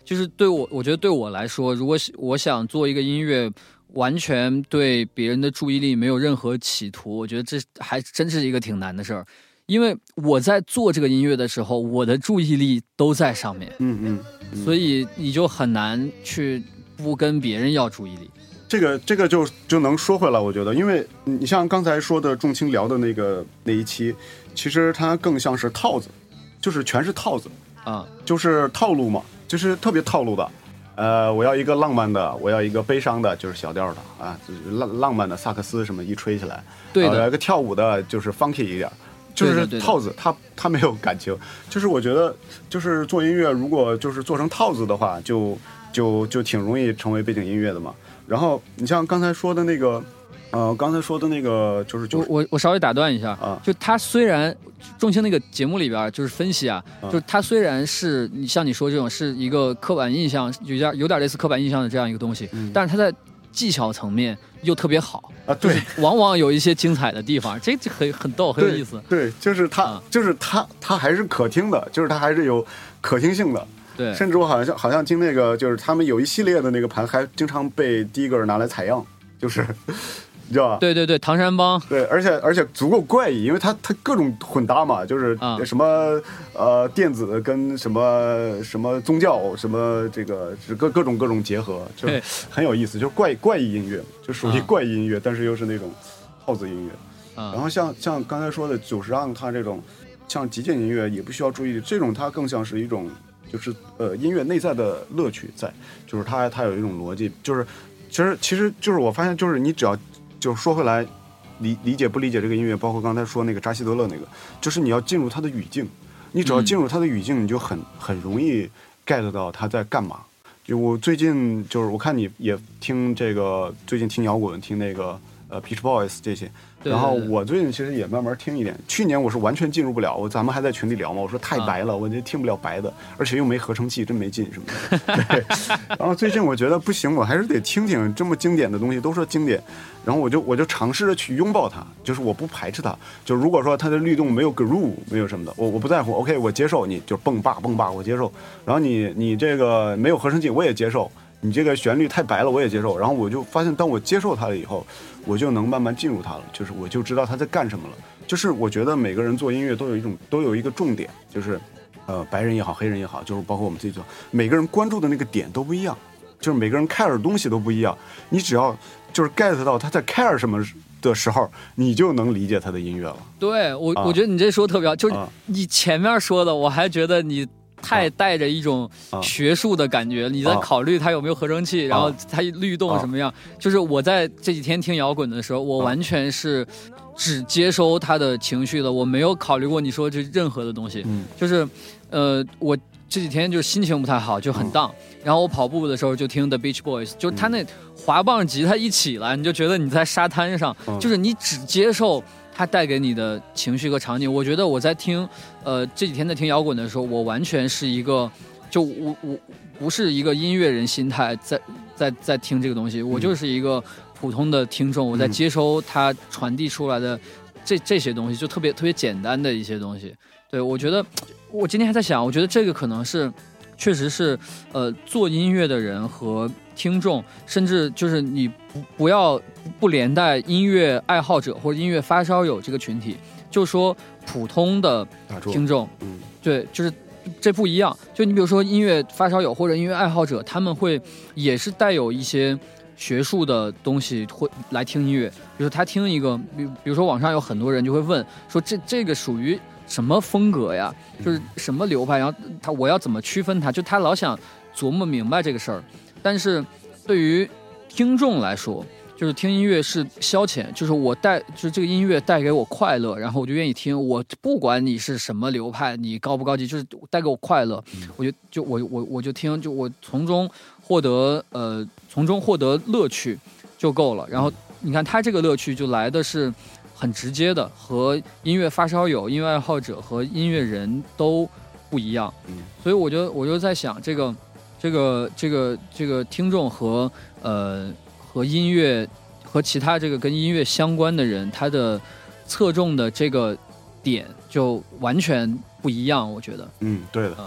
就是对我，我觉得对我来说，如果我想做一个音乐，完全对别人的注意力没有任何企图，我觉得这还真是一个挺难的事儿。因为我在做这个音乐的时候，我的注意力都在上面， 嗯 嗯, 嗯，所以你就很难去不跟别人要注意力。 这个这个就就能说回来，我觉得，因为你像刚才说的仲卿聊的那个那一期，其实它更像是套子，就是全是套子啊， 就是套路嘛，就是特别套路的。呃，我要一个浪漫的，我要一个悲伤的，就是小调的啊，就是浪浪漫的萨克斯什么一吹起来， 对的， 我要一个跳舞的，就是 funky 一点。就是套子，他他没有感情。就是我觉得，就是做音乐，如果就是做成套子的话，就就就挺容易成为背景音乐的嘛。然后你像刚才说的那个，呃，刚才说的那个，就是我我我稍微打断一下啊， 就他虽然仲卿那个节目里边就是分析啊， 啊就是他虽然是你像你说这种是一个刻板印象，有点有点类似刻板印象的这样一个东西， 嗯、 但是他在技巧层面又特别好啊，对， 往往有一些精彩的地方，这这很很逗，很有意思。 对，对就是他、啊，就是他，他还是可听的，就是他还是有可听性的。 对， 甚至我好像好像听那个，就是他们有一系列的那个盘，还经常被第一个拿来采样，就是你知道吧？ 对对对，唐山帮。 对，而且而且足够怪异，因为它它各种混搭嘛，就是什么、嗯、呃电子跟什么什么宗教什么这个各各种各种结合，就很有意思，就是怪怪异音乐，就属于怪异音乐、嗯，但是又是那种耗子音乐。嗯、然后像像刚才说的久石让他这种，像极简音乐也不需要注意，这种它更像是一种。就是呃，音乐内在的乐趣在，就是它它有一种逻辑，就是其实其实就是我发现，就是你只要就是说回来理理解不理解这个音乐，包括刚才说那个扎西德勒那个，就是你要进入他的语境，你只要进入他的语境，你就很很容易 get 到他在干嘛。就我最近就是我看你也听这个，最近听摇滚，听那个呃 Peach Boys 这些。然后我最近其实也慢慢听一点，去年我是完全进入不了，我咱们还在群里聊嘛，我说太白了，啊、我就听不了白的，而且又没合成器，真没劲什么的。对，然后最近我觉得不行，我还是得听听这么经典的东西，都说经典，然后我就我就尝试着去拥抱它，就是我不排斥它，就如果说它的律动没有 groove 没有什么的，我我不在乎 ，OK 我接受你，就蹦吧蹦吧我接受，然后你你这个没有合成器我也接受。你这个旋律太白了，我也接受。然后我就发现，当我接受它了以后，我就能慢慢进入它了。就是我就知道他在干什么了。就是我觉得每个人做音乐都有一种都有一个重点，就是呃白人也好，黑人也好，就是包括我们自己做，每个人关注的那个点都不一样，就是每个人 care 的东西都不一样。你只要就是 get 到他在 care 什么的时候，你就能理解他的音乐了。 对我、啊，我觉得你这说特别好，就是你前面说的，我还觉得你。太带着一种学术的感觉、啊、你在考虑它有没有合成器、啊、然后它律动什么样、啊、就是我在这几天听摇滚的时候我完全是只接收它的情绪的，我没有考虑过你说这任何的东西、嗯、就是呃我这几天就是心情不太好，就很荡、嗯、然后我跑步的时候就听 The Beach Boys， 就是他那滑棒吉他一起来你就觉得你在沙滩上、嗯、就是你只接受它带给你的情绪和场景。我觉得我在听呃这几天在听摇滚的时候，我完全是一个就我我不是一个音乐人心态在在在听这个东西，我就是一个普通的听众，我在接收它传递出来的这这些东西，就特别特别简单的一些东西。对，我觉得我今天还在想，我觉得这个可能是确实是呃做音乐的人和听众，甚至就是你不不要不连带音乐爱好者或者音乐发烧友这个群体，就说普通的听众，嗯，对，就是这不一样。就你比如说音乐发烧友或者音乐爱好者，他们会也是带有一些学术的东西会来听音乐。比如说他听一个，比比如说网上有很多人就会问说这这个属于什么风格呀？就是什么流派？然后他我要怎么区分它？就他老想琢磨明白这个事儿。但是对于听众来说，就是听音乐是消遣，就是我带就是这个音乐带给我快乐，然后我就愿意听。我不管你是什么流派，你高不高级，就是带给我快乐，我就就我我我就听，就我从中获得呃从中获得乐趣就够了。然后你看他这个乐趣就来的是很直接的，和音乐发烧友、音乐爱好者和音乐人都不一样。所以我就我就在想这个。这个这个这个听众和呃和音乐和其他这个跟音乐相关的人，他的侧重的这个点就完全不一样，我觉得。 嗯，对的，对的。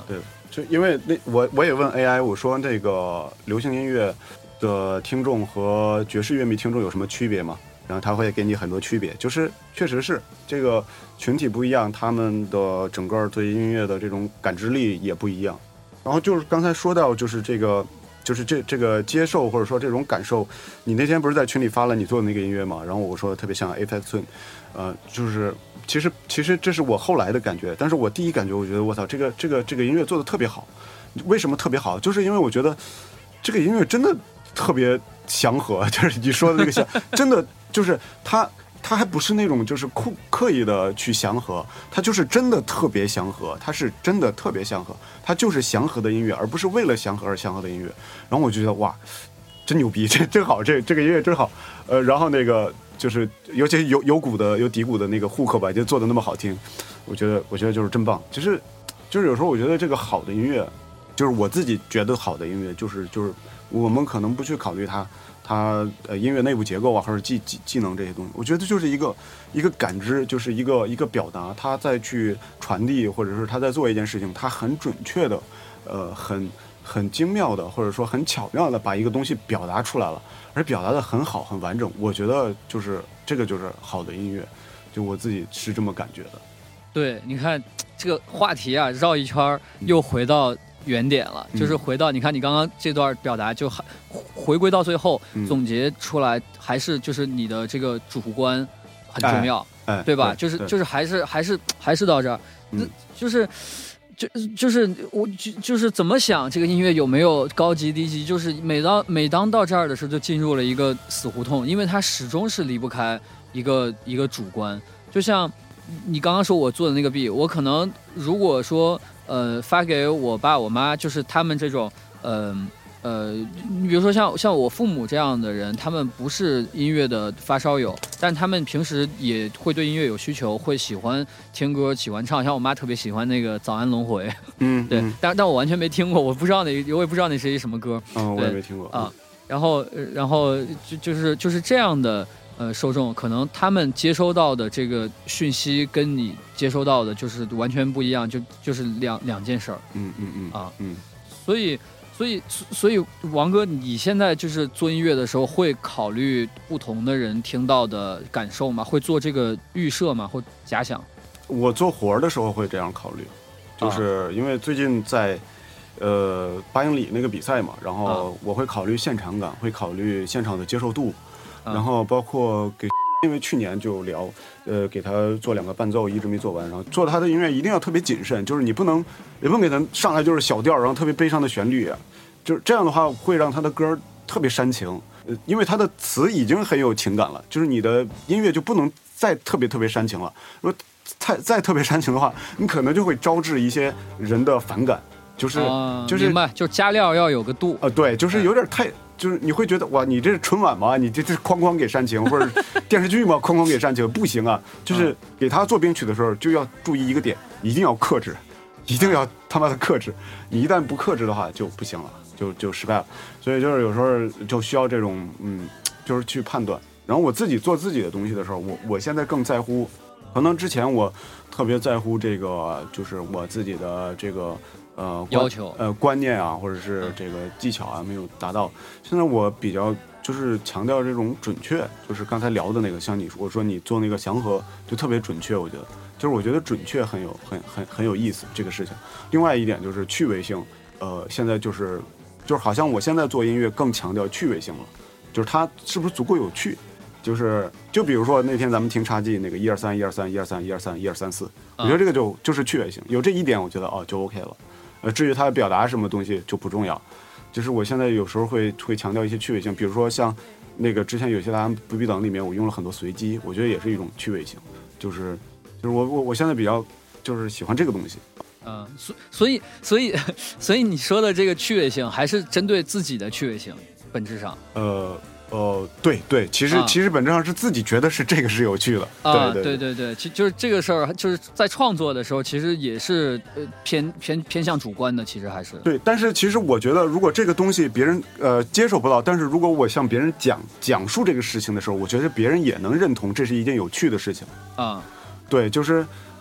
就因为那我我也问 A I， 我说这个流行音乐的听众和爵士乐迷听众有什么区别吗？然后他会给你很多区别，就是确实是这个群体不一样，他们的整个对音乐的这种感知力也不一样。然后就是刚才说到，就是这个，就是这这个接受或者说这种感受，你那天不是在群里发了你做的那个音乐吗？然后我说特别像 Aphex Twin， 呃，就是其实其实这是我后来的感觉，但是我第一感觉我觉得我操，这个这个这个音乐做的特别好。为什么特别好？就是因为我觉得这个音乐真的特别祥和，就是你说的那个祥，真的。就是它，它还不是那种就是刻刻意的去祥和，它就是真的特别祥和，它是真的特别祥和，它就是祥和的音乐，而不是为了祥和而祥和的音乐。然后我就觉得哇，真牛逼，这真好，这这个音乐真好。呃，然后那个就是尤其有有鼓的有底鼓的那个护克吧，就做的那么好听，我觉得我觉得就是真棒。其实就是有时候我觉得这个好的音乐，就是我自己觉得好的音乐，就是就是我们可能不去考虑它。它呃音乐内部结构啊，或者技技技能这些东西，我觉得就是一个一个感知，就是一个一个表达，它在去传递，或者是他在做一件事情，它很准确的，呃，很很精妙的，或者说很巧妙的把一个东西表达出来了，而表达的很好，很完整。我觉得就是这个就是好的音乐，就我自己是这么感觉的。 对，你看这个话题啊，绕一圈又回到原点了，嗯、就是回到你看你刚刚这段表达，就回归到最后、嗯、总结出来，还是就是你的这个主观很重要， 哎哎、 对吧？就是就是还是还是还是到这儿，嗯、就是就就是我就就是怎么想这个音乐有没有高级低级，就是每当每当到这儿的时候，就进入了一个死胡同，因为它始终是离不开一个一个主观，就像。你刚刚说我做的那个 B， 我可能如果说呃发给我爸我妈，就是他们这种呃呃，你比如说像像我父母这样的人，他们不是音乐的发烧友，但他们平时也会对音乐有需求，会喜欢听歌，喜欢唱。像我妈特别喜欢那个《早安轮回》， 嗯， 对，但但我完全没听过，我不知道那我也不知道那是一什么歌， 嗯，我也没听过啊。然后然后就就是就是这样的。呃，受众可能他们接收到的这个讯息跟你接收到的就是完全不一样，就就是两两件事儿。 嗯嗯嗯啊嗯， 所以所以所以王哥，你现在就是做音乐的时候，会考虑不同的人听到的感受吗？会做这个预设吗？或假想？ 我做活的时候会这样考虑，就是因为最近在呃八英里那个比赛嘛，然后我会考虑现场感，会考虑现场的接受度。然后包括给，因为去年就聊，呃，给他做两个伴奏，一直没做完。然后做他的音乐一定要特别谨慎，就是你不能，也不能给他上来就是小调，然后特别悲伤的旋律啊，就是这样的话会让他的歌特别煽情。呃，因为他的词已经很有情感了，就是你的音乐就不能再特别特别煽情了。如果再再特别煽情的话，你可能就会招致一些人的反感。就是、 呃、 就是明白，就是加料要有个度啊、 呃，对，就是有点太，就是你会觉得哇，你这是春晚吗？你这这哐哐给煽情，或者电视剧吗？哐哐给煽情，不行啊！就是给他做编曲的时候就要注意一个点，一定要克制，一定要他妈的克制。你一旦不克制的话就不行了，就就失败了。所以就是有时候就需要这种嗯，就是去判断。然后我自己做自己的东西的时候，我我现在更在乎，可能之前我特别在乎这个，就是我自己的这个。呃， 要求呃观念啊，或者是这个技巧啊，没有达到。现在我比较就是强调这种准确，就是刚才聊的那个，像你我说你做那个祥和就特别准确，我觉得就是我觉得准确很有很很很有意思这个事情。另外一点就是趣味性，呃，现在就是就是好像我现在做音乐更强调趣味性了，就是它是不是足够有趣。就是就比如说那天咱们听插记那个一二三一二三一二三一二三一二三四，我觉得这个就就是趣味性，有这一点我觉得哦就 OK 了。呃，至于他表达什么东西就不重要，就是我现在有时候会会强调一些趣味性，比如说像那个之前有些答案不必等里面我用了很多随机，我觉得也是一种趣味性，就是就是我我我现在比较就是喜欢这个东西。 嗯，所所以所以所以你说的这个趣味性还是针对自己的趣味性，本质上。 呃。呃，对对，其实、啊、其实本质上是自己觉得是这个是有趣的啊， 对对对对，其就是这个事儿，就是在创作的时候，其实也是呃偏偏偏向主观的，其实还是对。但是其实我觉得，如果这个东西别人呃接受不到，但是如果我向别人讲讲述这个事情的时候，我觉得别人也能认同这是一件有趣的事情啊。 对，就是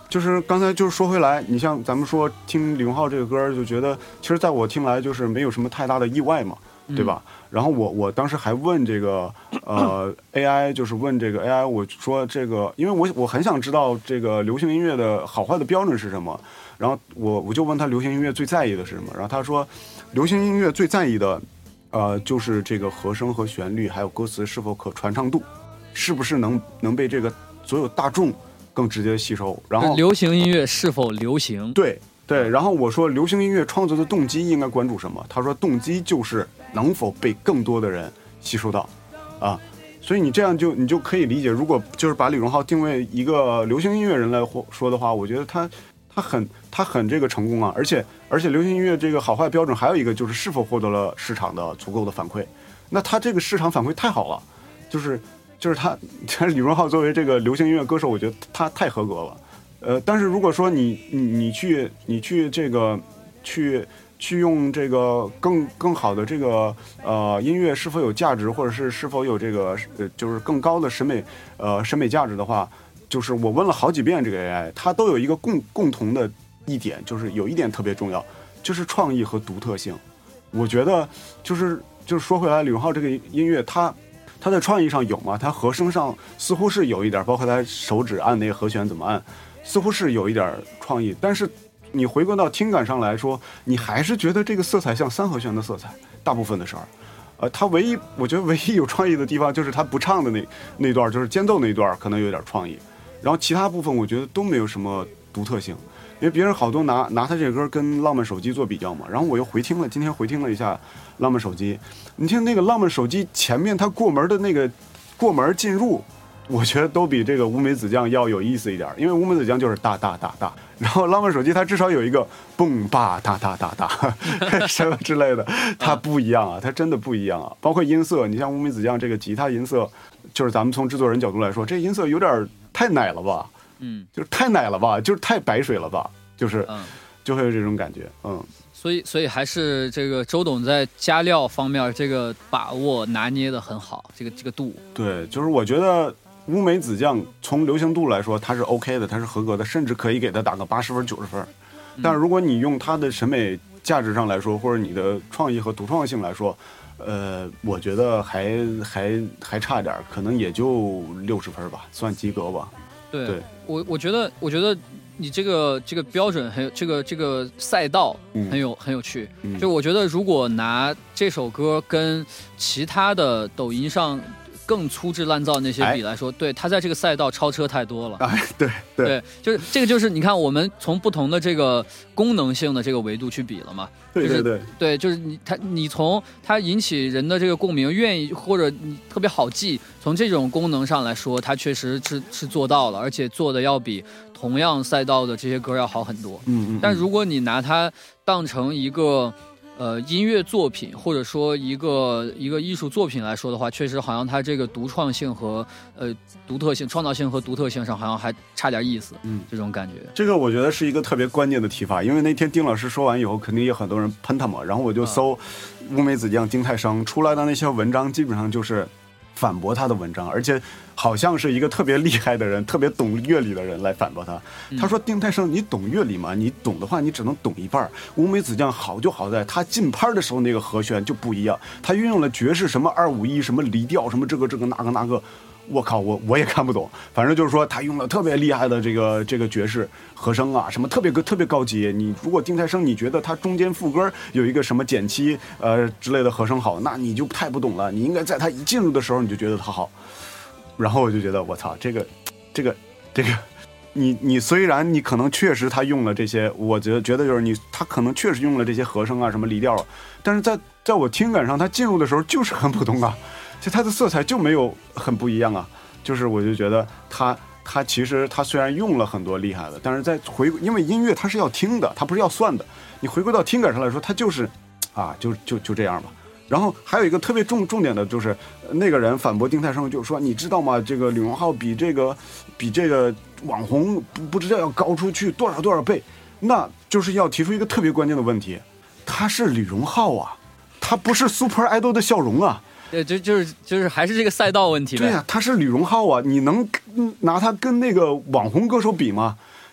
就是刚才就是说回来，你像咱们说听李荣浩这个歌，就觉得其实在我听来就是没有什么太大的意外嘛，对吧？嗯、然后我我当时还问这个呃 A I， 就是问这个 A I， 我说这个，因为我我很想知道这个流行音乐的好坏的标准是什么，然后我我就问他流行音乐最在意的是什么，然后他说流行音乐最在意的呃就是这个和声和旋律还有歌词是否可传唱度，是不是能能被这个所有大众更直接的吸收，然后流行音乐是否流行？ 对对，然后我说流行音乐创作的动机应该关注什么？他说动机就是能否被更多的人吸收到，啊，所以你这样就你就可以理解，如果就是把李荣浩定位一个流行音乐人来说的话，我觉得他他很他很这个成功啊，而且而且流行音乐这个好坏标准还有一个就是是否获得了市场的足够的反馈，那他这个市场反馈太好了，就是。就是他，李荣浩作为这个流行音乐歌手，我觉得他太合格了。呃，但是如果说你你你去你去这个去去用这个更更好的这个呃音乐是否有价值，或者是是否有这个呃就是更高的审美呃审美价值的话，就是我问了好几遍这个 A I， 它都有一个共共同的一点，就是有一点特别重要，就是创意和独特性。我觉得就是就是说回来，李荣浩这个音乐它。他在创意上有吗？他和声上似乎是有一点，包括他手指按那个和弦怎么按，似乎是有一点创意。但是你回归到听感上来说，你还是觉得这个色彩像三和弦的色彩，大部分的时候，呃，他唯一我觉得唯一有创意的地方就是他不唱的那那段，就是间奏那一段可能有点创意，然后其他部分我觉得都没有什么独特性。因为别人好多拿拿他这歌跟浪漫手机做比较嘛，然后我又回听了，今天回听了一下浪漫手机，你听那个浪漫手机前面他过门的那个过门进入，我觉得都比这个乌梅子酱要有意思一点，因为乌梅子酱就是哒哒哒哒，然后浪漫手机它至少有一个蹦吧哒哒哒哒什么之类的，它不一样啊，它真的不一样啊，包括音色，你像乌梅子酱这个吉他音色，就是咱们从制作人角度来说，这音色有点太奶了吧。嗯，就是太奶了吧，就是太白水了吧，就是，嗯，就会有这种感觉，嗯。 所以，所以还是这个周董在加料方面这个把握拿捏的很好，这个这个度。 对，就是我觉得乌梅子酱从流行度来说，它是 OK 的，它是合格的，甚至可以给它打个八十分、九十分。但是如果你用它的审美价值上来说，或者你的创意和独创性来说，呃，我觉得还还还差点，可能也就六十分吧，算及格吧。 对，对我我觉得，我觉得你这个这个标准很有，这个这个赛道很有、嗯、很有趣。嗯、就我觉得，如果拿这首歌跟其他的抖音上更粗制滥造那些比来说，哎、对他在这个赛道超车太多了。 哎，对 对, 对，就是这个，就是你看，我们从不同的这个功能性的这个维度去比了嘛。 对对对， 对，就是你他你从它引起人的这个共鸣，愿意或者你特别好记，从这种功能上来说，它确实是是做到了，而且做的要比同样赛道的这些歌要好很多。嗯 嗯, 嗯。但如果你拿它当成一个呃音乐作品，或者说一个一个艺术作品来说的话，确实好像它这个独创性和呃独特性、创造性和独特性上好像还差点意思。嗯，这种感觉。 这个我觉得是一个特别关键的提法，因为那天丁老师说完以后，肯定也很多人喷他嘛，然后我就搜乌梅子酱、丁太升出来的那些文章，基本上就是反驳他的文章，而且好像是一个特别厉害的人，特别懂乐理的人来反驳他。他说：“丁太升，你懂乐理吗？你懂的话，你只能懂一半。乌梅子酱好就好在他进拍的时候那个和弦就不一样，他运用了爵士什么二五一什么离调什么这个这个那个那个。”我靠，我我也看不懂，反正就是说他用了特别厉害的这个这个爵士和声啊，什么特别特别高级。你如果丁太升，你觉得他中间副歌有一个什么减七呃之类的和声好，那你就太不懂了。你应该在他一进入的时候你就觉得他好。然后我就觉得我操，这个这个这个，你你虽然你可能确实他用了这些，我觉得觉得就是你他可能确实用了这些和声啊什么离调啊，但是在在我听感上，他进入的时候就是很普通啊。就它的色彩就没有很不一样啊，就是我就觉得它它其实它虽然用了很多厉害的，但是在回因为音乐它是要听的，它不是要算的。你回归到听感上来说，它就是啊，就就就这样吧。然后还有一个特别重重点的就是，那个人反驳丁太升，就是说你知道吗？这个李荣浩比这个比这个网红不不知道要高出去多少多少倍，那就是要提出一个特别关键的问题，他是李荣浩啊，他不是 Super Idol 的笑容啊。 对，就就是就是还是这个赛道问题呗。 对呀、啊，他是李荣浩啊，你能拿他跟那个网红歌手比吗？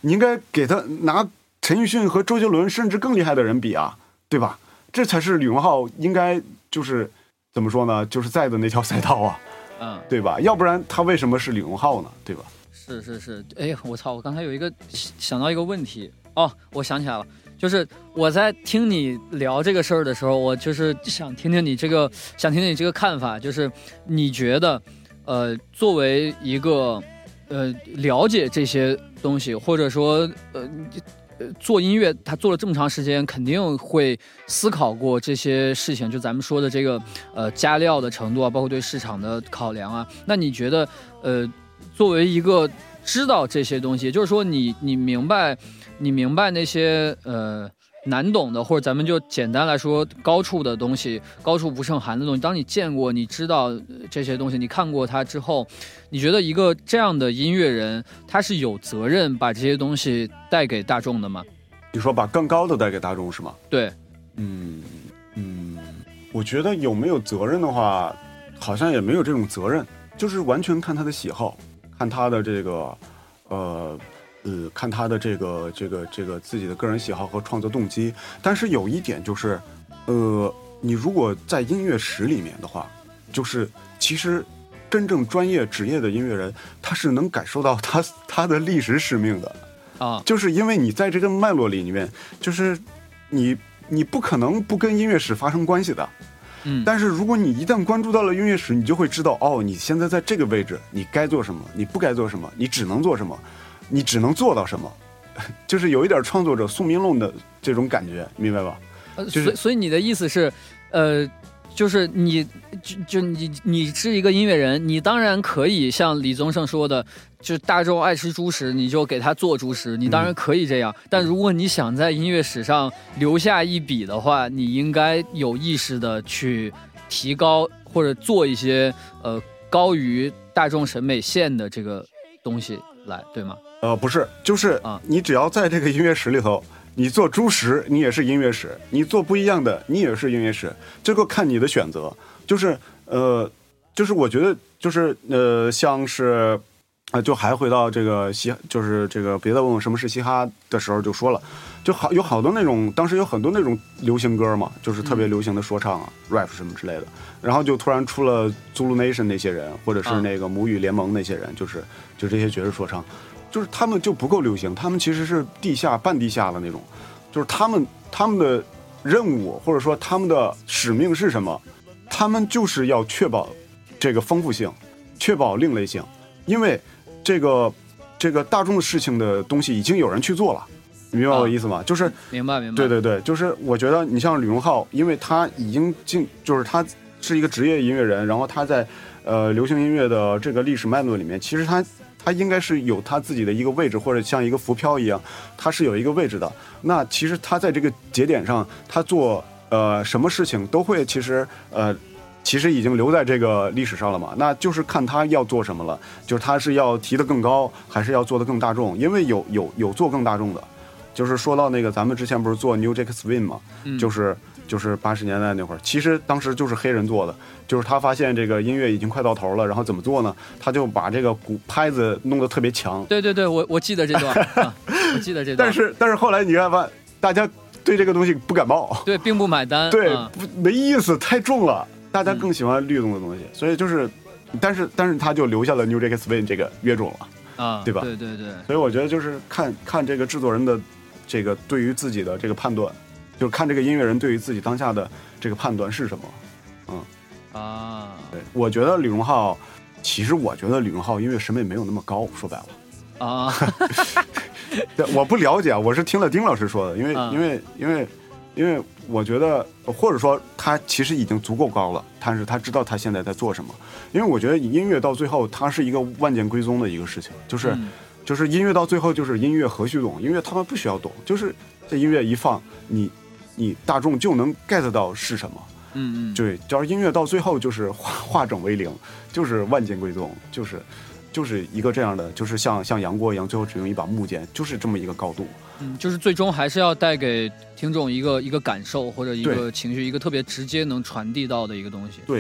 你应该给他拿陈奕迅和周杰伦甚至更厉害的人比啊，对吧？这才是李荣浩应该就是怎么说呢，就是在的那条赛道啊，嗯，对吧？要不然他为什么是李荣浩呢？对吧？ 是是是，哎，我操！我刚才有一个想到一个问题哦，我想起来了，就是我在听你聊这个事儿的时候，我就是想听听你这个，想听听你这个看法，就是你觉得，呃，作为一个呃了解这些东西，或者说呃做音乐，他做了这么长时间，肯定会思考过这些事情，就咱们说的这个呃加料的程度啊，包括对市场的考量啊。那你觉得呃？作为一个知道这些东西，也就是说你你明白你明白那些呃难懂的，或者咱们就简单来说高处的东西，高处不胜寒的东西，当你见过你知道这些东西，你看过它之后，你觉得一个这样的音乐人他是有责任把这些东西带给大众的吗？ 你说把更高的带给大众是吗？ 对。 嗯嗯，我觉得有没有责任的话好像也没有这种责任，就是完全看他的喜好，看他的这个，呃，呃，看他的这个这个这个自己的个人喜好和创作动机。但是有一点就是，呃，你如果在音乐史里面的话，就是其实真正专业职业的音乐人，他是能感受到他他的历史使命的啊，就是因为你在这个脉络里面，就是你你不可能不跟音乐史发生关系的。嗯，但是如果你一旦关注到了音乐史，你就会知道，哦，你现在在这个位置，你该做什么，你不该做什么，你只能做什么，你只能做到什么，就是有一点创作者宿命论的这种感觉，明白吧？ 呃，所以所以你的意思是，呃，就是你就就你你是一个音乐人，你当然可以像李宗盛说的，就是大众爱吃猪食，你就给他做猪食，你当然可以这样。嗯、但如果你想在音乐史上留下一笔的话，你应该有意识的去提高或者做一些呃高于大众审美线的这个东西来，对吗？ 呃，不是，就是啊，你只要在这个音乐史里头，你做猪食，你也是音乐史；你做不一样的，你也是音乐史。这个看你的选择。就是呃，就是我觉得就是呃，像是。啊，就还回到这个嘻，就是这个别的问我什么是嘻哈的时候就说了，就好有好多那种，当时有很多那种流行歌嘛，就是特别流行的说唱啊、嗯、rap 什么之类的，然后就突然出了 Zulu Nation 那些人，或者是那个母语联盟那些人，就是就这些爵士说唱，就是他们就不够流行，他们其实是地下半地下的那种，就是他们他们的任务或者说他们的使命是什么？他们就是要确保这个丰富性，确保另类性，因为。这个这个大众的事情的东西已经有人去做了，你明白我的意思吗？啊、就是明白明白。 对对对，就是我觉得你像李荣浩，因为他已经进，就是他是一个职业音乐人，然后他在呃流行音乐的这个历史脉络里面，其实他他应该是有他自己的一个位置，或者像一个浮漂一样，他是有一个位置的。那其实他在这个节点上，他做呃什么事情都会其实呃。其实已经留在这个历史上了嘛，那就是看他要做什么了，就是他是要提得更高，还是要做得更大众？因为有有有做更大众的，就是说到那个咱们之前不是做 New Jack Swing 嘛，嗯、就是就是八十年代那会儿，其实当时就是黑人做的，就是他发现这个音乐已经快到头了，然后怎么做呢？他就把这个鼓拍子弄得特别强。 对对对，我我记得这段，啊、我记得这段。 但是但是后来你看吧，大家对这个东西不感冒， 对，并不买单， 对， 啊、 不没意思，太重了。大家更喜欢律动的东西，嗯、所以就是，但是但是他就留下了 New Jack Swing 这个乐种了，啊，对吧？ 对对对。所以我觉得就是看看这个制作人的这个对于自己的这个判断，就是看这个音乐人对于自己当下的这个判断是什么，嗯啊，对，我觉得李荣浩，其实我觉得李荣浩音乐审美没有那么高，说白了啊，对，我不了解，我是听了丁老师说的，因为、啊、因为因为。因为我觉得，或者说他其实已经足够高了，但是他知道他现在在做什么。因为我觉得音乐到最后，它是一个万剑归宗的一个事情，就是，嗯、就是音乐到最后就是音乐何须懂，音乐他们不需要懂，就是这音乐一放，你你大众就能 get 到是什么。嗯嗯，对，只要音乐到最后就是化化整为零，就是万剑归宗，就是。就是一个这样的，就是像像杨过一样，最后只用一把木剑，就是这么一个高度。 嗯，就是最终还是要带给听众一个一个感受或者一个情绪，一个特别直接能传递到的一个东西。 对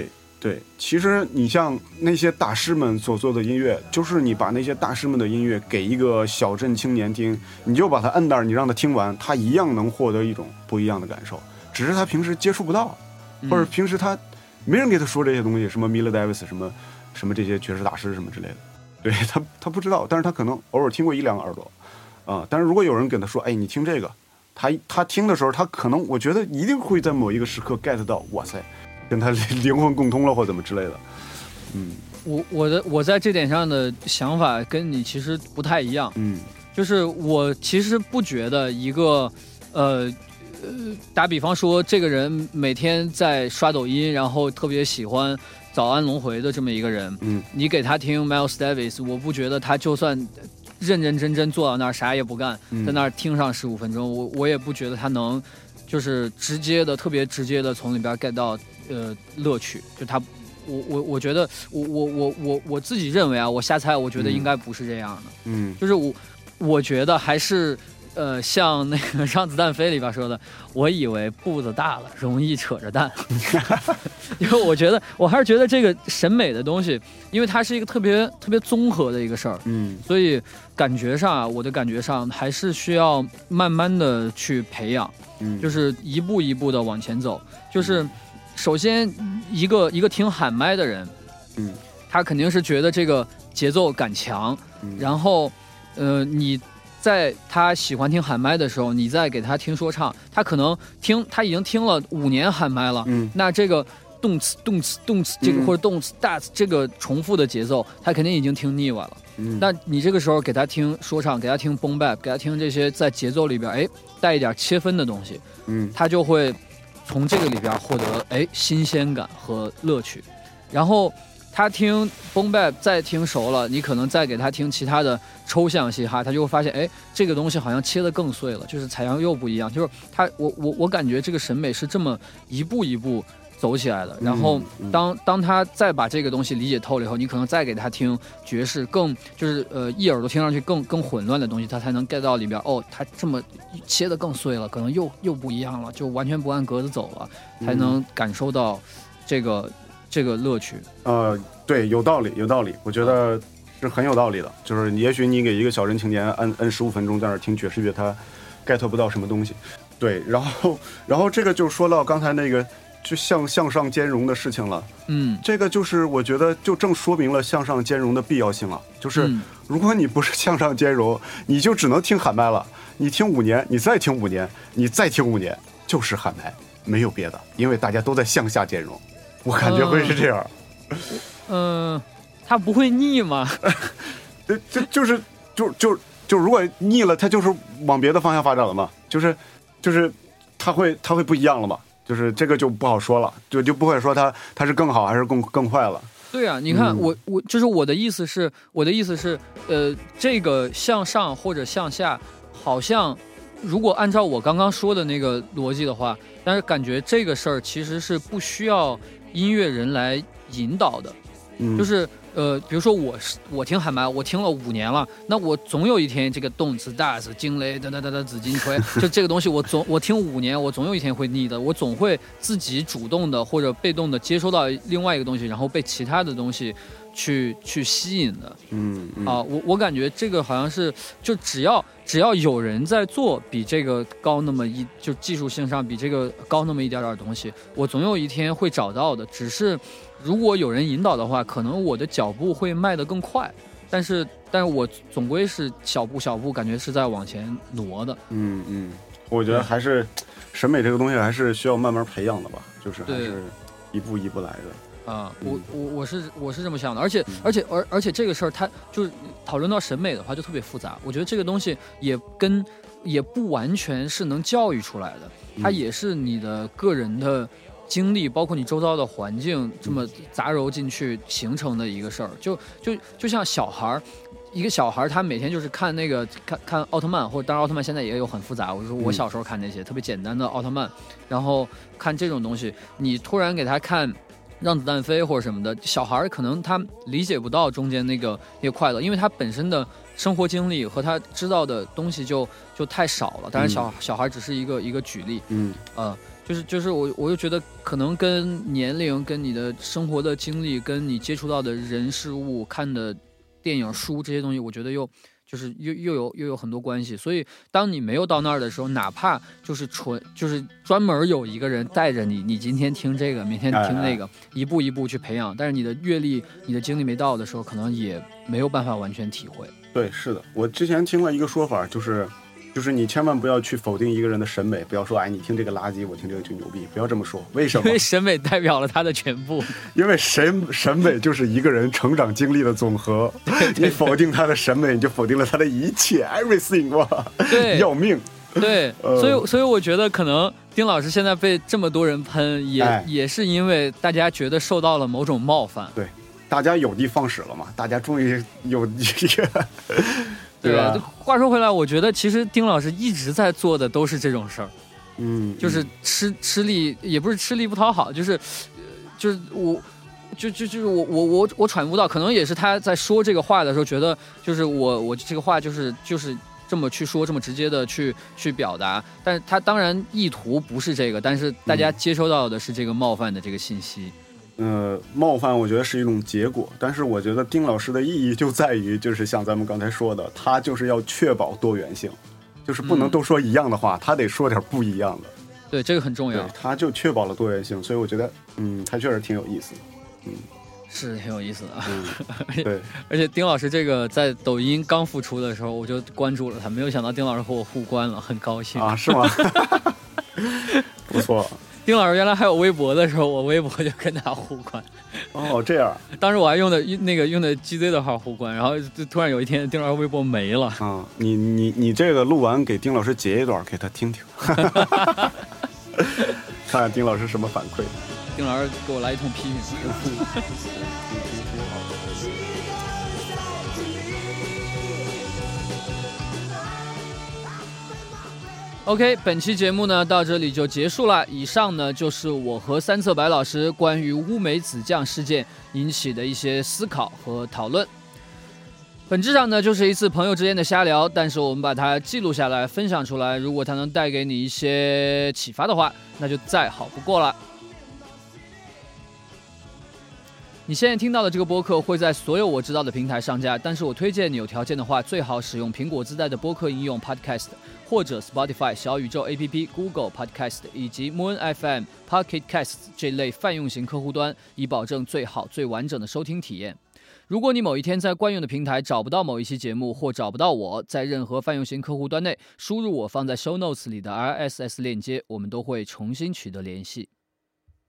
对，其实你像那些大师们所做的音乐，就是你把那些大师们的音乐给一个小镇青年听，你就把他摁那儿，你让他听完，他一样能获得一种不一样的感受，只是他平时接触不到，或者平时他没人给他说这些东西，什么 Miles Davis 什么什么这些爵士大师什么之类的，对他他不知道，但是他可能偶尔听过一两个耳朵啊、呃。但是如果有人跟他说，哎，你听这个，他他听的时候，他可能我觉得一定会在某一个时刻 get 到，哇塞。跟他灵魂共通了或怎么之类的。嗯，我我的我在这点上的想法跟你其实不太一样。 嗯， 就是我其实不觉得一个呃呃打比方说这个人每天在刷抖音，然后特别喜欢早安龙回的这么一个人， 嗯， 你给他听 Miles Davis， 我不觉得他就算认认真真坐到那儿啥也不干，在那儿听上十五分钟，我我也不觉得他能就是直接的特别直接的从里边 get 到呃乐趣。就他我我我觉得我我我我我自己认为啊，我瞎猜，我觉得应该不是这样的。 嗯， 就是我我觉得还是呃像那个让子弹飞里边说的，我以为步子大了容易扯着蛋。因为我觉得我还是觉得这个审美的东西，因为它是一个特别特别综合的一个事儿， 嗯， 所以感觉上啊，我的感觉上还是需要慢慢的去培养， 嗯， 就是一步一步的往前走。就是首先一个一个听喊麦的人， 嗯， 他肯定是觉得这个节奏感强， 嗯， 然后呃你在他喜欢听喊麦的时候，你再给他听说唱，他可能听他已经听了五年喊麦了， 嗯， 那这个动词动词动词这个、嗯、或者动词大词这个重复的节奏，他肯定已经听腻歪了。 嗯， 那你这个时候给他听说唱，给他听 boom bap， 给他听这些在节奏里边哎带一点切分的东西， 嗯， 他就会从这个里边获得哎新鲜感和乐趣。然后他听 boom bap 再听熟了，你可能再给他听其他的抽象嘻哈，他就会发现哎这个东西好像切得更碎了，就是采样又不一样。就是他我我我感觉这个审美是这么一步一步走起来的。然后当当他再把这个东西理解透了以后，你可能再给他听爵士更就是呃一耳朵听上去更更混乱的东西，他才能 get 到里边哦，他这么切得更碎了，可能又又不一样了，就完全不按格子走了，才能感受到这个这个乐趣。 呃，对，有道理，有道理，我觉得是很有道理的。就是也许你给一个小镇青年按按十五分钟在那听爵士乐，他 get 不到什么东西。对，然后然后这个就说到刚才那个就向向上兼容的事情了。 嗯， 这个就是我觉得就正说明了向上兼容的必要性了。就是如果你不是向上兼容，你就只能听喊麦了。你听五年，你再听五年，你再听五年，就是喊麦，没有别的，因为大家都在向下兼容。我感觉会是这样。 嗯、呃，他不会腻吗？ 就就就是就就就如果腻了，他就是往别的方向发展了嘛。就是就是他会他会不一样了嘛。就是这个就不好说了，就就不会说他他是更好还是更更坏了。 对啊，你看、嗯、我我就是我的意思是，我的意思是，呃，这个向上或者向下，好像如果按照我刚刚说的那个逻辑的话，但是感觉这个事儿其实是不需要音乐人来引导的， 嗯、 就是呃，比如说我我听喊麦，我听了五年了，那我总有一天这个动词大词惊雷哒哒哒哒紫金锤，就这个东西我总我听五年，我总有一天会腻的，我总会自己主动的或者被动的接收到另外一个东西，然后被其他的东西去去吸引的。 嗯, 嗯啊，我我感觉这个好像是就只要只要有人在做比这个高那么一就技术性上比这个高那么一点点东西，我总有一天会找到的，只是。如果有人引导的话，可能我的脚步会迈得更快，但是，但是我总归是小步小步，感觉是在往前挪的。 嗯嗯，我觉得还是审美这个东西还是需要慢慢培养的吧，就是还是一步一步来的。 啊，我我我是我是这么想的，而且、嗯、而且而而且这个事儿，它就是讨论到审美的话，就特别复杂。我觉得这个东西也跟也不完全是能教育出来的，它也是你的个人的。经历包括你周遭的环境这么杂糅进去形成的一个事儿，就就就像小孩一个小孩他每天就是看那个看看奥特曼，或者当然奥特曼现在也有很复杂，我说我小时候看那些、嗯、特别简单的奥特曼，然后看这种东西，你突然给他看让子弹飞或者什么的，小孩可能他理解不到中间那个那个快乐，因为他本身的生活经历和他知道的东西就就太少了。当然小、嗯、小孩只是一个一个举例， 嗯呃， 就是就是我我就觉得可能跟年龄、跟你的生活的经历、跟你接触到的人事物、看的电影、书这些东西，我觉得又就是又又有又有很多关系。所以当你没有到那儿的时候，哪怕就是纯就是专门有一个人带着你，你今天听这个，明天听那个，一步一步去培养。但是你的阅历、你的经历没到的时候，可能也没有办法完全体会。 对，是的，我之前听了一个说法，就是就是你千万不要去否定一个人的审美，不要说哎你听这个垃圾，我听这个就牛逼，不要这么说。为什么？ 因为审美代表了他的全部。 因为审审美就是一个人成长经历的总和。对对对，你否定他的审美，你就否定了他的一切 ，everything 哇， 对， 要命。 对， 呃、 所以所以我觉得可能丁老师现在被这么多人喷，也、哎、也是因为大家觉得受到了某种冒犯。 对，大家有的放矢了嘛，大家终于有一个。 对吧？话说回来，我觉得其实丁老师一直在做的都是这种事儿， 嗯， 就是吃吃力，也不是吃力不讨好，就是，就是我，就就就是我我我我揣摩到，可能也是他在说这个话的时候，觉得就是我我这个话就是就是这么去说，这么直接的去去表达，但是他当然意图不是这个，但是大家接收到的是这个冒犯的这个信息。 呃，冒犯我觉得是一种结果，但是我觉得丁老师的意义就在于，就是像咱们刚才说的，他就是要确保多元性，就是不能都说一样的话，嗯、他得说点不一样的。 对，这个很重要。 他就确保了多元性，所以我觉得，嗯，他确实挺有意思的。嗯， 是挺有意思的。 嗯，对。 而且丁老师这个在抖音刚复出的时候，我就关注了他，没有想到丁老师和我互关了，很高兴啊？是吗？不错。 丁老师原来还有微博的时候，我微博就跟他互关。 哦，这样。 当时我还用的那个用的 G Z 的号互关，然后突然有一天丁老师微博没了。 啊，你你你这个录完给丁老师截一段给他听听，看看丁老师什么反馈。 丁老师给我来一通批评。OK， 本期节目呢到这里就结束了。以上呢就是我和三策白老师关于乌梅子酱事件引起的一些思考和讨论。本质上呢就是一次朋友之间的瞎聊，但是我们把它记录下来分享出来，如果它能带给你一些启发的话，那就再好不过了。你现在听到的这个播客会在所有我知道的平台上架，但是我推荐你有条件的话，最好使用苹果自带的播客应用 Podcast， 或者 Spotify、小宇宙 A P P、Google Podcast 以及 Moon F M、Pocket Casts 这类泛用型客户端，以保证最好最完整的收听体验。如果你某一天在惯用的平台找不到某一期节目，或找不到我，在任何泛用型客户端内输入我放在 Show Notes 里的 R S S 链接，我们都会重新取得联系。